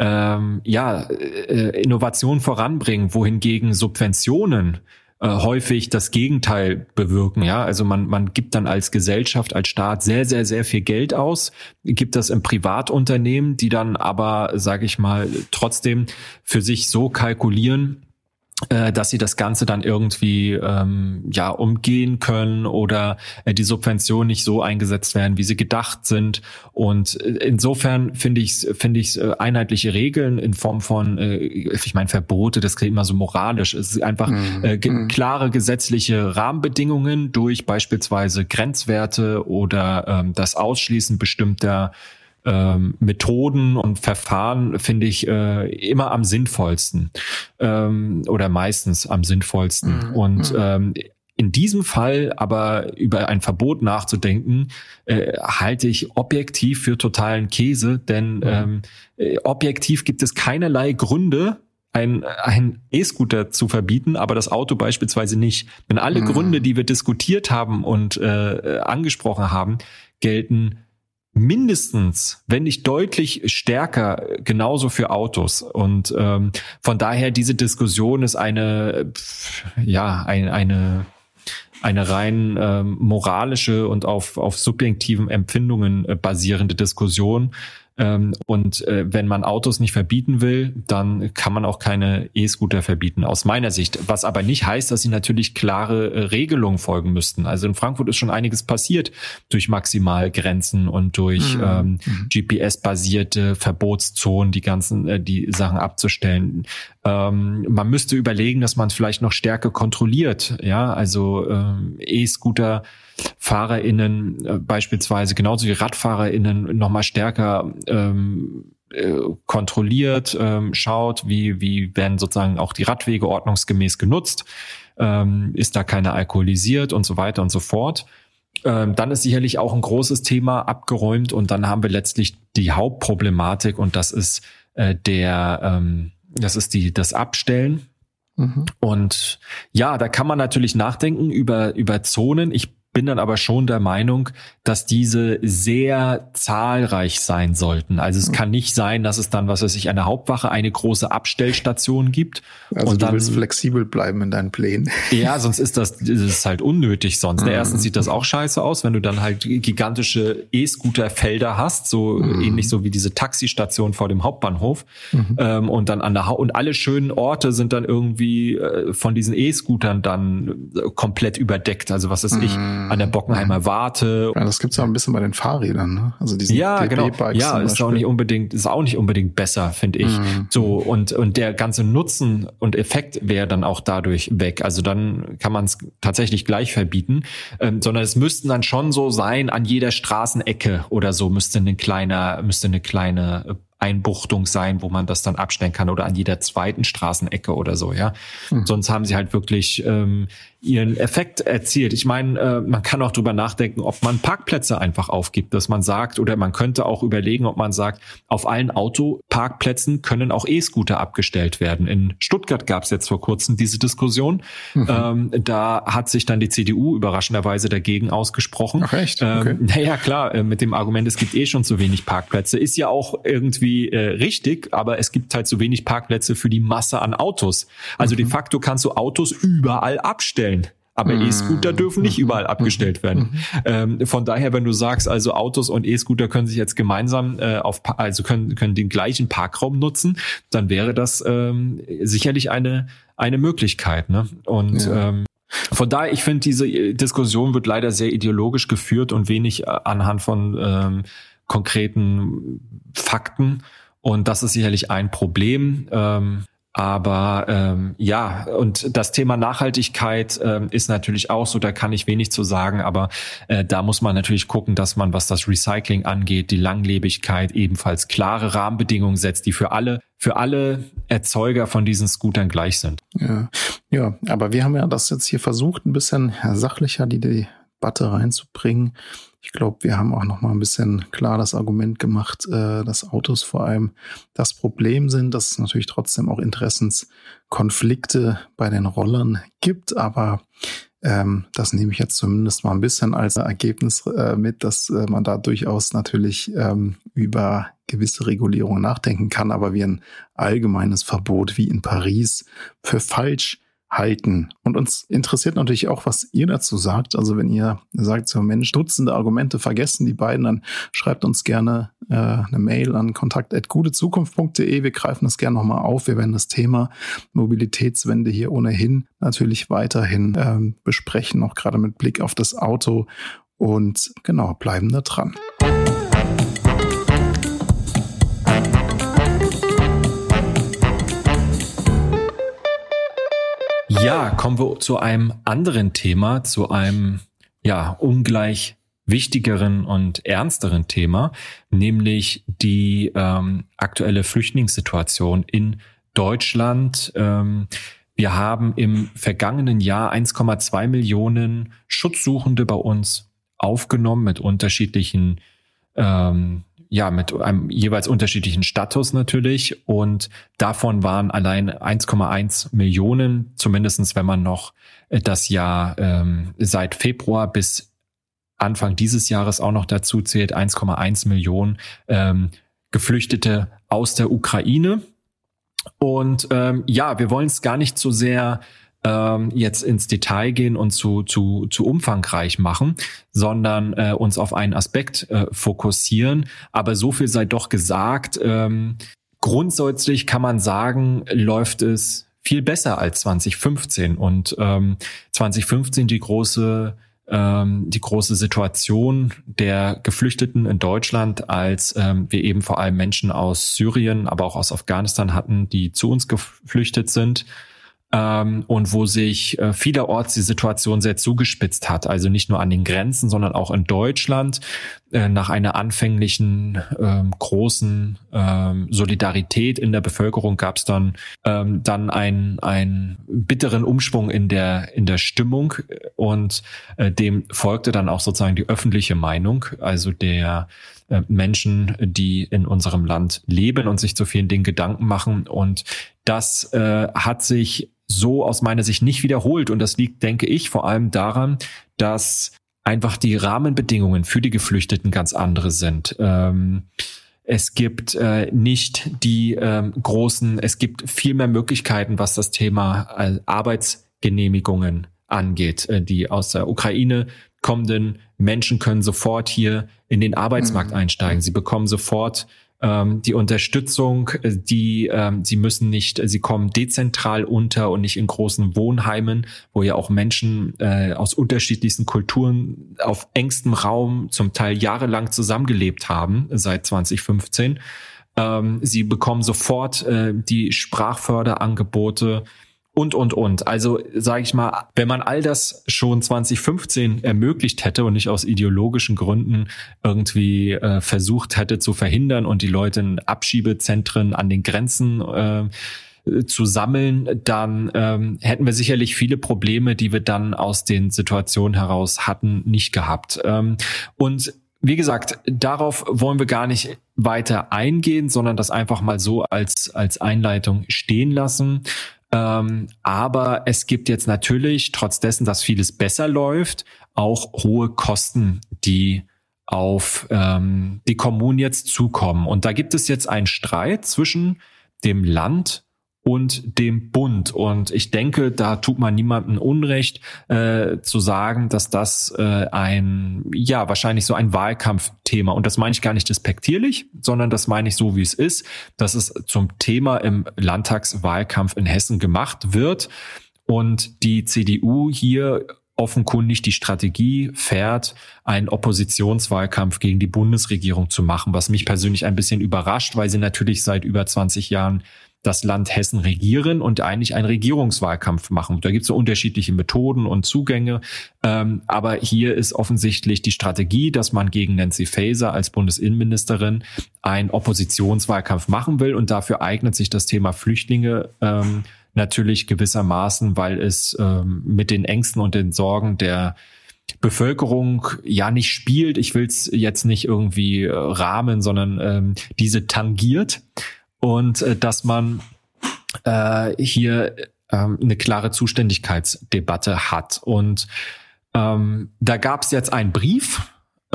Innovation voranbringen, wohingegen Subventionen häufig das Gegenteil bewirken. Ja, also man gibt dann als Gesellschaft, als Staat sehr, sehr, sehr viel Geld aus, gibt das in Privatunternehmen, die dann aber, sage ich mal, trotzdem für sich so kalkulieren, dass sie das Ganze dann irgendwie umgehen können oder die Subventionen nicht so eingesetzt werden, wie sie gedacht sind. Und insofern finde ich einheitliche Regeln in Form von, Verbote, das klingt immer so moralisch. Es ist einfach klare gesetzliche Rahmenbedingungen durch beispielsweise Grenzwerte oder das Ausschließen bestimmter Methoden und Verfahren finde ich immer am sinnvollsten oder meistens am sinnvollsten. Und in diesem Fall aber über ein Verbot nachzudenken, halte ich objektiv für totalen Käse, denn objektiv gibt es keinerlei Gründe, ein E-Scooter zu verbieten, aber das Auto beispielsweise nicht. Denn alle Gründe, die wir diskutiert haben und angesprochen haben, gelten mindestens, wenn nicht deutlich stärker, genauso für Autos. Und von daher, diese Diskussion ist eine rein moralische und auf subjektiven Empfindungen basierende Diskussion. Und wenn man Autos nicht verbieten will, dann kann man auch keine E-Scooter verbieten, aus meiner Sicht. Was aber nicht heißt, dass sie natürlich klare Regelungen folgen müssten. Also in Frankfurt ist schon einiges passiert durch Maximalgrenzen und durch GPS-basierte Verbotszonen, die Sachen abzustellen. Man müsste überlegen, dass man es vielleicht noch stärker kontrolliert. Ja, also E-Scooter FahrerInnen beispielsweise, genauso wie RadfahrerInnen, nochmal stärker kontrolliert, schaut, wie werden sozusagen auch die Radwege ordnungsgemäß genutzt, ist da keiner alkoholisiert und so weiter und so fort. Dann ist sicherlich auch ein großes Thema abgeräumt und dann haben wir letztlich die Hauptproblematik und das ist das Abstellen. Und ja, da kann man natürlich nachdenken über Zonen. Ich bin dann aber schon der Meinung, dass diese sehr zahlreich sein sollten. Also es kann nicht sein, dass es dann, was weiß ich, eine Hauptwache, eine große Abstellstation gibt. Also und du willst flexibel bleiben in deinen Plänen. Ja, sonst ist das halt unnötig sonst. Erstens sieht das auch scheiße aus, wenn du dann halt gigantische E-Scooter-Felder hast, so ähnlich so wie diese Taxistation vor dem Hauptbahnhof. Und dann und alle schönen Orte sind dann irgendwie von diesen E-Scootern dann komplett überdeckt. Also was weiß ich, an der Bockenheimer Warte. Ja, das gibt's ja ein bisschen bei den Fahrrädern, ne? Also diese DB-Bikes. Ja, ist auch nicht unbedingt besser, finde ich. So, und der ganze Nutzen und Effekt wäre dann auch dadurch weg. Also dann kann man es tatsächlich gleich verbieten, sondern es müssten dann schon so sein, an jeder Straßenecke oder so müsste eine kleine Einbuchtung sein, wo man das dann abstellen kann oder an jeder zweiten Straßenecke oder so, ja. Sonst haben sie halt wirklich ihren Effekt erzielt. Ich meine, man kann auch drüber nachdenken, ob man Parkplätze einfach aufgibt, dass man sagt, oder man könnte auch überlegen, ob man sagt, auf allen Autoparkplätzen können auch E-Scooter abgestellt werden. In Stuttgart gab es jetzt vor kurzem diese Diskussion. Da hat sich dann die CDU überraschenderweise dagegen ausgesprochen. Ach echt? Okay. Naja, klar, mit dem Argument, es gibt schon zu wenig Parkplätze. Ist ja auch irgendwie richtig, aber es gibt halt zu wenig Parkplätze für die Masse an Autos. Also de facto kannst du Autos überall abstellen. Aber E-Scooter dürfen nicht überall abgestellt werden. Von daher, wenn du sagst, also Autos und E-Scooter können sich jetzt gemeinsam können den gleichen Parkraum nutzen, dann wäre das sicherlich eine Möglichkeit, ne? Und von daher, ich finde, diese Diskussion wird leider sehr ideologisch geführt und wenig anhand von konkreten Fakten. Und das ist sicherlich ein Problem. Aber und das Thema Nachhaltigkeit ist natürlich auch so, da kann ich wenig zu sagen, aber da muss man natürlich gucken, dass man, was das Recycling angeht, die Langlebigkeit, ebenfalls klare Rahmenbedingungen setzt, die für alle Erzeuger von diesen Scootern gleich sind. Ja, aber wir haben ja das jetzt hier versucht, ein bisschen sachlicher die Debatte reinzubringen. Ich glaube, wir haben auch noch mal ein bisschen klar das Argument gemacht, dass Autos vor allem das Problem sind, dass es natürlich trotzdem auch Interessenskonflikte bei den Rollern gibt, aber das nehme ich jetzt zumindest mal ein bisschen als Ergebnis mit, dass man da durchaus natürlich über gewisse Regulierungen nachdenken kann, aber wie ein allgemeines Verbot wie in Paris für falsch halten. Und uns interessiert natürlich auch, was ihr dazu sagt. Also wenn ihr sagt, so Mensch, Dutzende Argumente vergessen die beiden, dann schreibt uns gerne eine Mail an kontakt@gutezukunft.de. Wir greifen das gerne nochmal auf. Wir werden das Thema Mobilitätswende hier ohnehin natürlich weiterhin besprechen, auch gerade mit Blick auf das Auto. Und genau, bleiben da dran. Ja, kommen wir zu einem anderen Thema, zu einem ungleich wichtigeren und ernsteren Thema, nämlich die aktuelle Flüchtlingssituation in Deutschland. Wir haben im vergangenen Jahr 1,2 Millionen Schutzsuchende bei uns aufgenommen mit unterschiedlichen mit einem jeweils unterschiedlichen Status natürlich, und davon waren allein 1,1 Millionen, zumindestens wenn man noch das Jahr seit Februar bis Anfang dieses Jahres auch noch dazu zählt, 1,1 Millionen Geflüchtete aus der Ukraine. Und wir wollen es gar nicht so sehr jetzt ins Detail gehen und zu umfangreich machen, sondern uns auf einen Aspekt fokussieren. Aber so viel sei doch gesagt. Grundsätzlich kann man sagen, läuft es viel besser als 2015. Und 2015 die große Situation der Geflüchteten in Deutschland, als wir eben vor allem Menschen aus Syrien, aber auch aus Afghanistan hatten, die zu uns geflüchtet sind. und wo sich vielerorts die Situation sehr zugespitzt hat. Also nicht nur an den Grenzen, sondern auch in Deutschland. Nach einer anfänglichen großen Solidarität in der Bevölkerung gab es dann einen bitteren Umschwung in der Stimmung, und dem folgte dann auch sozusagen die öffentliche Meinung, also der Menschen, die in unserem Land leben und sich zu vielen Dingen Gedanken machen. Und das hat sich so aus meiner Sicht nicht wiederholt. Und das liegt, denke ich, vor allem daran, dass einfach die Rahmenbedingungen für die Geflüchteten ganz andere sind. Es gibt nicht die es gibt viel mehr Möglichkeiten, was das Thema Arbeitsgenehmigungen angeht. Die aus der Ukraine kommenden Menschen können sofort hier in den Arbeitsmarkt einsteigen. Sie bekommen sofort die Unterstützung, sie kommen dezentral unter und nicht in großen Wohnheimen, wo ja auch Menschen aus unterschiedlichsten Kulturen auf engstem Raum zum Teil jahrelang zusammengelebt haben, seit 2015. Sie bekommen sofort die Sprachförderangebote und. Also sage ich mal, wenn man all das schon 2015 ermöglicht hätte und nicht aus ideologischen Gründen irgendwie versucht hätte zu verhindern und die Leute in Abschiebezentren an den Grenzen zu sammeln, dann hätten wir sicherlich viele Probleme, die wir dann aus den Situationen heraus hatten, nicht gehabt. Und wie gesagt, darauf wollen wir gar nicht weiter eingehen, sondern das einfach mal so als Einleitung stehen lassen. Aber es gibt jetzt natürlich, trotz dessen, dass vieles besser läuft, auch hohe Kosten, die auf die Kommunen jetzt zukommen. Und da gibt es jetzt einen Streit zwischen dem Land und dem Bund. Und ich denke, da tut man niemandem Unrecht, zu sagen, dass das wahrscheinlich so ein Wahlkampfthema, und das meine ich gar nicht despektierlich, sondern das meine ich so, wie es ist, dass es zum Thema im Landtagswahlkampf in Hessen gemacht wird und die CDU hier offenkundig die Strategie fährt, einen Oppositionswahlkampf gegen die Bundesregierung zu machen, was mich persönlich ein bisschen überrascht, weil sie natürlich seit über 20 Jahren das Land Hessen regieren und eigentlich einen Regierungswahlkampf machen. Da gibt es so unterschiedliche Methoden und Zugänge. Aber hier ist offensichtlich die Strategie, dass man gegen Nancy Faeser als Bundesinnenministerin einen Oppositionswahlkampf machen will. Und dafür eignet sich das Thema Flüchtlinge natürlich gewissermaßen, weil es mit den Ängsten und den Sorgen der Bevölkerung ja nicht spielt. Ich will es jetzt nicht irgendwie rahmen, sondern diese tangiert. Und dass man hier eine klare Zuständigkeitsdebatte hat. Und da gab es jetzt einen Brief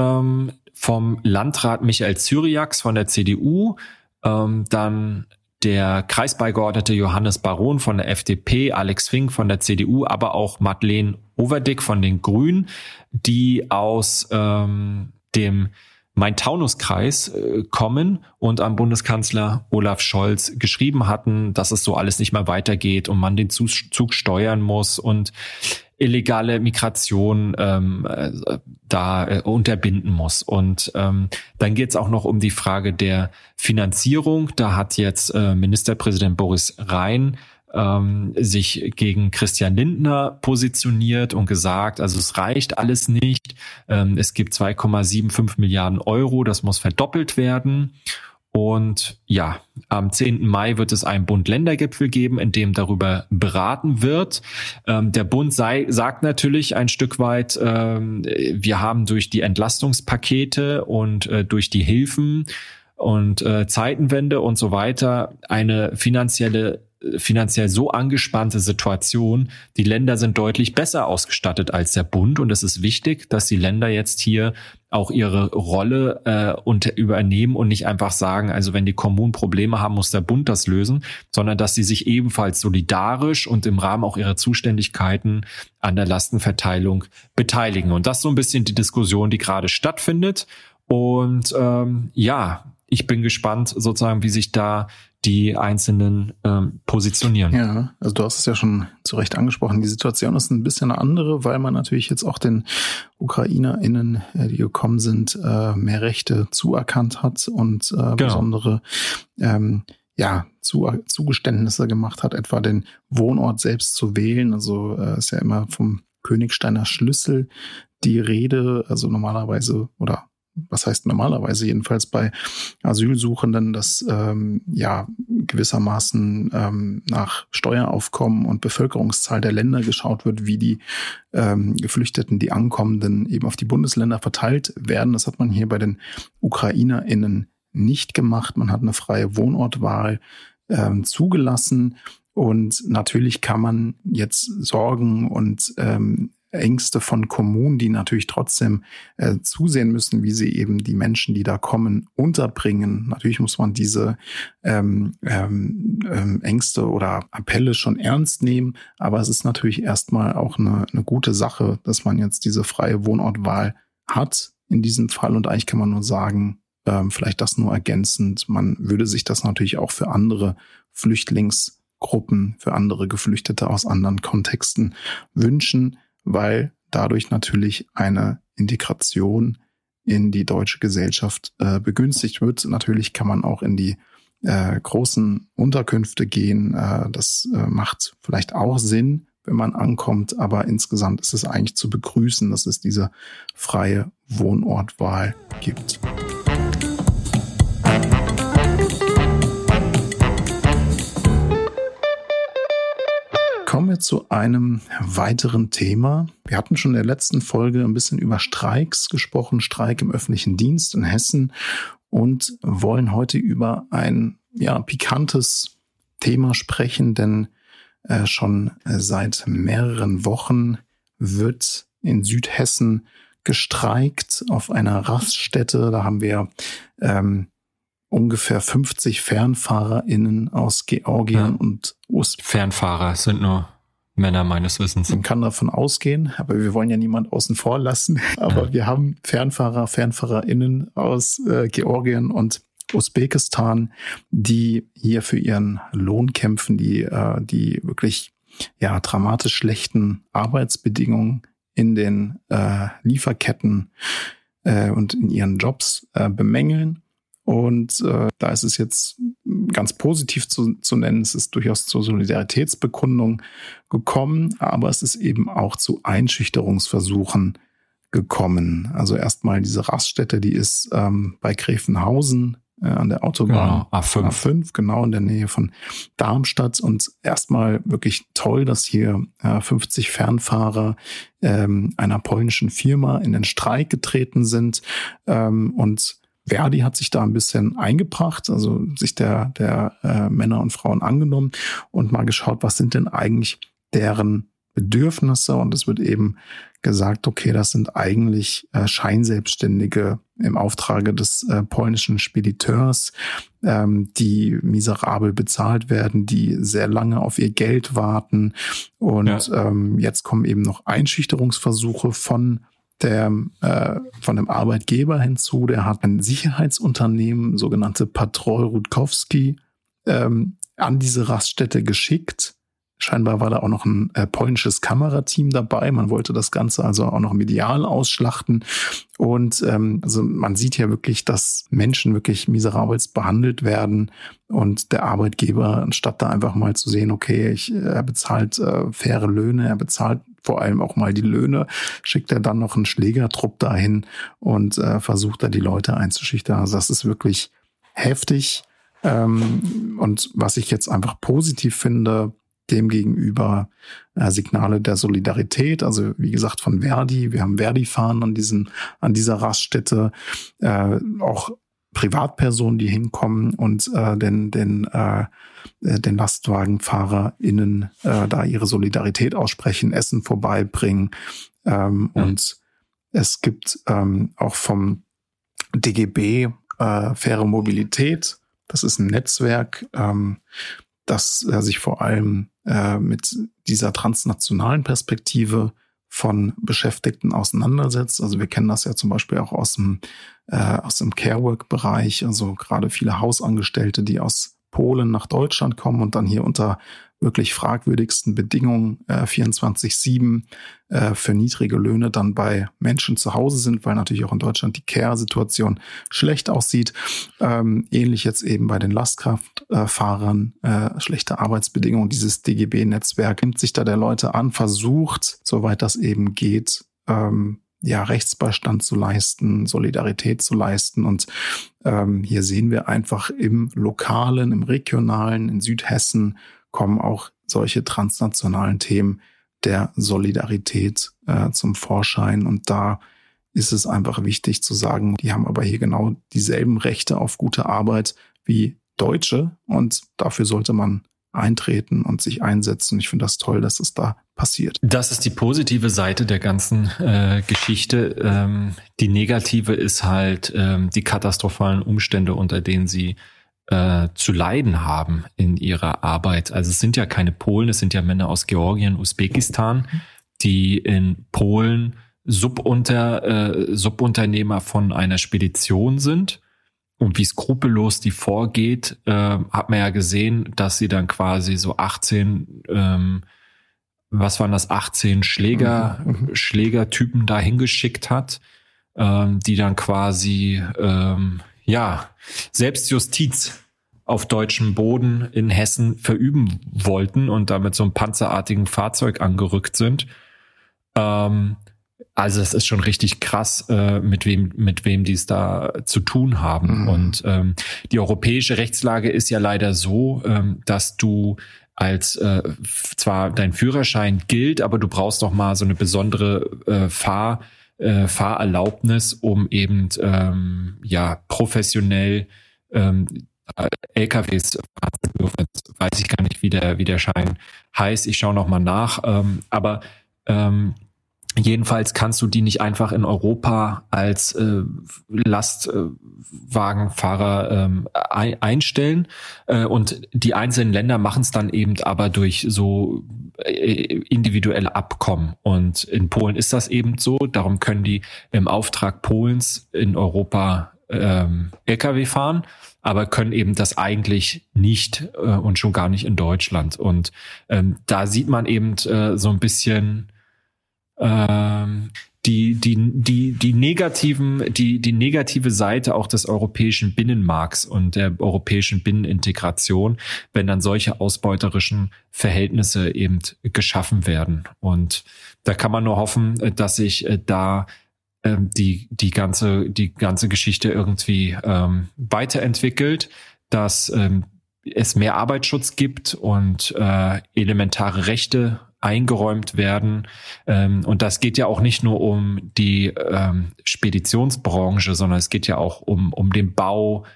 vom Landrat Michael Cyriax von der CDU, dann der Kreisbeigeordnete Johannes Baron von der FDP, Alex Fink von der CDU, aber auch Madeleine Overdick von den Grünen, die aus dem Main-Taunus-Kreis kommen und am Bundeskanzler Olaf Scholz geschrieben hatten, dass es so alles nicht mehr weitergeht und man den Zug steuern muss und illegale Migration unterbinden muss. Und dann geht es auch noch um die Frage der Finanzierung. Da hat jetzt Ministerpräsident Boris Rhein sich gegen Christian Lindner positioniert und gesagt, also es reicht alles nicht. Es gibt 2,75 Milliarden Euro, das muss verdoppelt werden. Und ja, am 10. Mai wird es einen Bund-Länder-Gipfel geben, in dem darüber beraten wird. Der Bund sagt natürlich ein Stück weit, wir haben durch die Entlastungspakete und durch die Hilfen und Zeitenwende und so weiter eine finanziell so angespannte Situation. Die Länder sind deutlich besser ausgestattet als der Bund und es ist wichtig, dass die Länder jetzt hier auch ihre Rolle übernehmen und nicht einfach sagen, also wenn die Kommunen Probleme haben, muss der Bund das lösen, sondern dass sie sich ebenfalls solidarisch und im Rahmen auch ihrer Zuständigkeiten an der Lastenverteilung beteiligen. Und das ist so ein bisschen die Diskussion, die gerade stattfindet. Und ich bin gespannt sozusagen, wie sich da die Einzelnen positionieren. Ja, also du hast es ja schon zu Recht angesprochen. Die Situation ist ein bisschen eine andere, weil man natürlich jetzt auch den UkrainerInnen, die gekommen sind, mehr Rechte zuerkannt hat und besondere Zugeständnisse gemacht hat, etwa den Wohnort selbst zu wählen. Also ist ja immer vom Königsteiner Schlüssel die Rede, also normalerweise, oder was heißt normalerweise, jedenfalls bei Asylsuchenden, dass gewissermaßen nach Steueraufkommen und Bevölkerungszahl der Länder geschaut wird, wie die Geflüchteten, die Ankommenden eben auf die Bundesländer verteilt werden. Das hat man hier bei den UkrainerInnen nicht gemacht. Man hat eine freie Wohnortwahl zugelassen. Und natürlich kann man jetzt Sorgen und Ängste von Kommunen, die natürlich trotzdem zusehen müssen, wie sie eben die Menschen, die da kommen, unterbringen. Natürlich muss man diese Ängste oder Appelle schon ernst nehmen, aber es ist natürlich erstmal auch eine gute Sache, dass man jetzt diese freie Wohnortwahl hat in diesem Fall. Und eigentlich kann man nur sagen, vielleicht das nur ergänzend, man würde sich das natürlich auch für andere Flüchtlingsgruppen, für andere Geflüchtete aus anderen Kontexten wünschen, weil dadurch natürlich eine Integration in die deutsche Gesellschaft begünstigt wird. Natürlich kann man auch in die großen Unterkünfte gehen. Das macht vielleicht auch Sinn, wenn man ankommt, aber insgesamt ist es eigentlich zu begrüßen, dass es diese freie Wohnortwahl gibt. Kommen wir zu einem weiteren Thema. Wir hatten schon in der letzten Folge ein bisschen über Streiks gesprochen, Streik im öffentlichen Dienst in Hessen, und wollen heute über ein pikantes Thema sprechen, denn schon seit mehreren Wochen wird in Südhessen gestreikt auf einer Raststätte. Da haben wir ungefähr 50 FernfahrerInnen aus Georgien und Fernfahrer sind nur Männer meines Wissens. Man kann davon ausgehen, aber wir wollen ja niemand außen vor lassen. Aber wir haben FernfahrerInnen aus Georgien und Usbekistan, die hier für ihren Lohn kämpfen, die wirklich dramatisch schlechten Arbeitsbedingungen in den Lieferketten und in ihren Jobs bemängeln. Und da ist es jetzt ganz positiv zu nennen, es ist durchaus zur Solidaritätsbekundung gekommen, aber es ist eben auch zu Einschüchterungsversuchen gekommen. Also erstmal diese Raststätte, die ist bei Gräfenhausen an der Autobahn A5, genau in der Nähe von Darmstadt. Und erstmal wirklich toll, dass hier 50 Fernfahrer einer polnischen Firma in den Streik getreten sind. Und Verdi hat sich da ein bisschen eingebracht, also sich der Männer und Frauen angenommen und mal geschaut, was sind denn eigentlich deren Bedürfnisse. Und es wird eben gesagt, okay, das sind eigentlich Scheinselbstständige im Auftrage des polnischen Spediteurs, die miserabel bezahlt werden, die sehr lange auf ihr Geld warten. Und jetzt kommen eben noch Einschüchterungsversuche von dem Arbeitgeber hinzu. Der hat ein Sicherheitsunternehmen, sogenannte Patrol Rutkowski, an diese Raststätte geschickt. Scheinbar war da auch noch ein polnisches Kamerateam dabei. Man wollte das Ganze also auch noch medial ausschlachten. Und also man sieht ja wirklich, dass Menschen wirklich miserabelst behandelt werden. Und der Arbeitgeber, anstatt da einfach mal zu sehen, okay, er bezahlt faire Löhne, er bezahlt vor allem auch mal die Löhne, schickt er dann noch einen Schlägertrupp dahin und versucht da die Leute einzuschüchtern. Also das ist wirklich heftig. Und was ich jetzt einfach positiv finde, demgegenüber Signale der Solidarität, also wie gesagt von Verdi. Wir haben Verdi-Fahnen an dieser Raststätte, auch Privatpersonen, die hinkommen und den LastwagenfahrerInnen da ihre Solidarität aussprechen, Essen vorbeibringen. Und es gibt auch vom DGB Faire Mobilität. Das ist ein Netzwerk, das sich vor allem mit dieser transnationalen Perspektive von Beschäftigten auseinandersetzt. Also wir kennen das ja zum Beispiel auch aus dem Carework-Bereich, also gerade viele Hausangestellte, die aus Polen nach Deutschland kommen und dann hier unter wirklich fragwürdigsten Bedingungen 24/7 für niedrige Löhne dann bei Menschen zu Hause sind, weil natürlich auch in Deutschland die Care-Situation schlecht aussieht. Ähnlich jetzt eben bei den Lastkraftfahrern, schlechte Arbeitsbedingungen. Dieses DGB-Netzwerk nimmt sich da der Leute an, versucht, soweit das eben geht, Rechtsbeistand zu leisten, Solidarität zu leisten. Und hier sehen wir einfach im Lokalen, im Regionalen, in Südhessen kommen auch solche transnationalen Themen der Solidarität zum Vorschein. Und da ist es einfach wichtig zu sagen, die haben aber hier genau dieselben Rechte auf gute Arbeit wie Deutsche. Und dafür sollte man eintreten und sich einsetzen. Ich finde das toll, dass es da passiert. Das ist die positive Seite der ganzen Geschichte. Die negative ist halt die katastrophalen Umstände, unter denen sie zu leiden haben in ihrer Arbeit. Also es sind ja keine Polen, es sind ja Männer aus Georgien, Usbekistan, die in Polen Subunternehmer von einer Spedition sind. Und wie skrupellos die vorgeht, hat man ja gesehen, dass sie dann quasi so 18 Schlägertypen da hingeschickt hat, die dann quasi Selbstjustiz auf deutschem Boden in Hessen verüben wollten und damit so einem panzerartigen Fahrzeug angerückt sind. Also es ist schon richtig krass, mit wem die es da zu tun haben. Mhm. Und die europäische Rechtslage ist ja leider so, dass du als zwar dein Führerschein gilt, aber du brauchst noch mal so eine besondere Fahrerlaubnis, um eben professionell LKWs fahren zu dürfen. Jetzt weiß ich gar nicht, wie der Schein heißt. Ich schaue noch mal nach. Aber jedenfalls kannst du die nicht einfach in Europa als Lastwagenfahrer einstellen. Und die einzelnen Länder machen es dann eben aber durch so individuelle Abkommen. Und in Polen ist das eben so. Darum können die im Auftrag Polens in Europa LKW fahren, aber können eben das eigentlich nicht und schon gar nicht in Deutschland. Und da sieht man eben so ein bisschen die negative Seite auch des europäischen Binnenmarkts und der europäischen Binnenintegration, wenn dann solche ausbeuterischen Verhältnisse eben geschaffen werden. Und da kann man nur hoffen, dass sich da die ganze Geschichte irgendwie weiterentwickelt, dass es mehr Arbeitsschutz gibt und elementare Rechte eingeräumt werden. Und das geht ja auch nicht nur um die Speditionsbranche, sondern es geht ja auch um den Bau,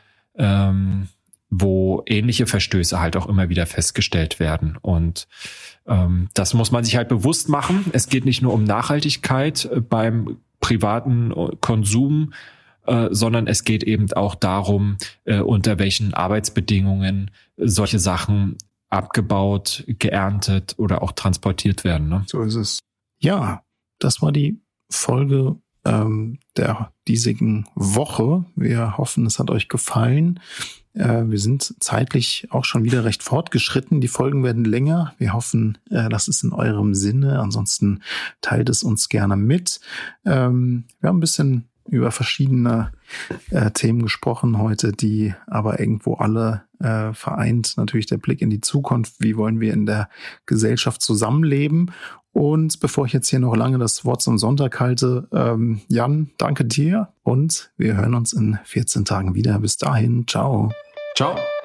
wo ähnliche Verstöße halt auch immer wieder festgestellt werden. Und das muss man sich halt bewusst machen. Es geht nicht nur um Nachhaltigkeit beim privaten Konsum, sondern es geht eben auch darum, unter welchen Arbeitsbedingungen solche Sachen abgebaut, geerntet oder auch transportiert werden. Ne? So ist es. Ja, das war die Folge der diesigen Woche. Wir hoffen, es hat euch gefallen. Wir sind zeitlich auch schon wieder recht fortgeschritten. Die Folgen werden länger. Wir hoffen, das ist in eurem Sinne. Ansonsten teilt es uns gerne mit. Wir haben ein bisschen über verschiedene Themen gesprochen heute, die aber irgendwo alle vereint. Natürlich der Blick in die Zukunft. Wie wollen wir in der Gesellschaft zusammenleben? Und bevor ich jetzt hier noch lange das Wort zum Sonntag halte, Jan, danke dir und wir hören uns in 14 Tagen wieder. Bis dahin, ciao. Ciao.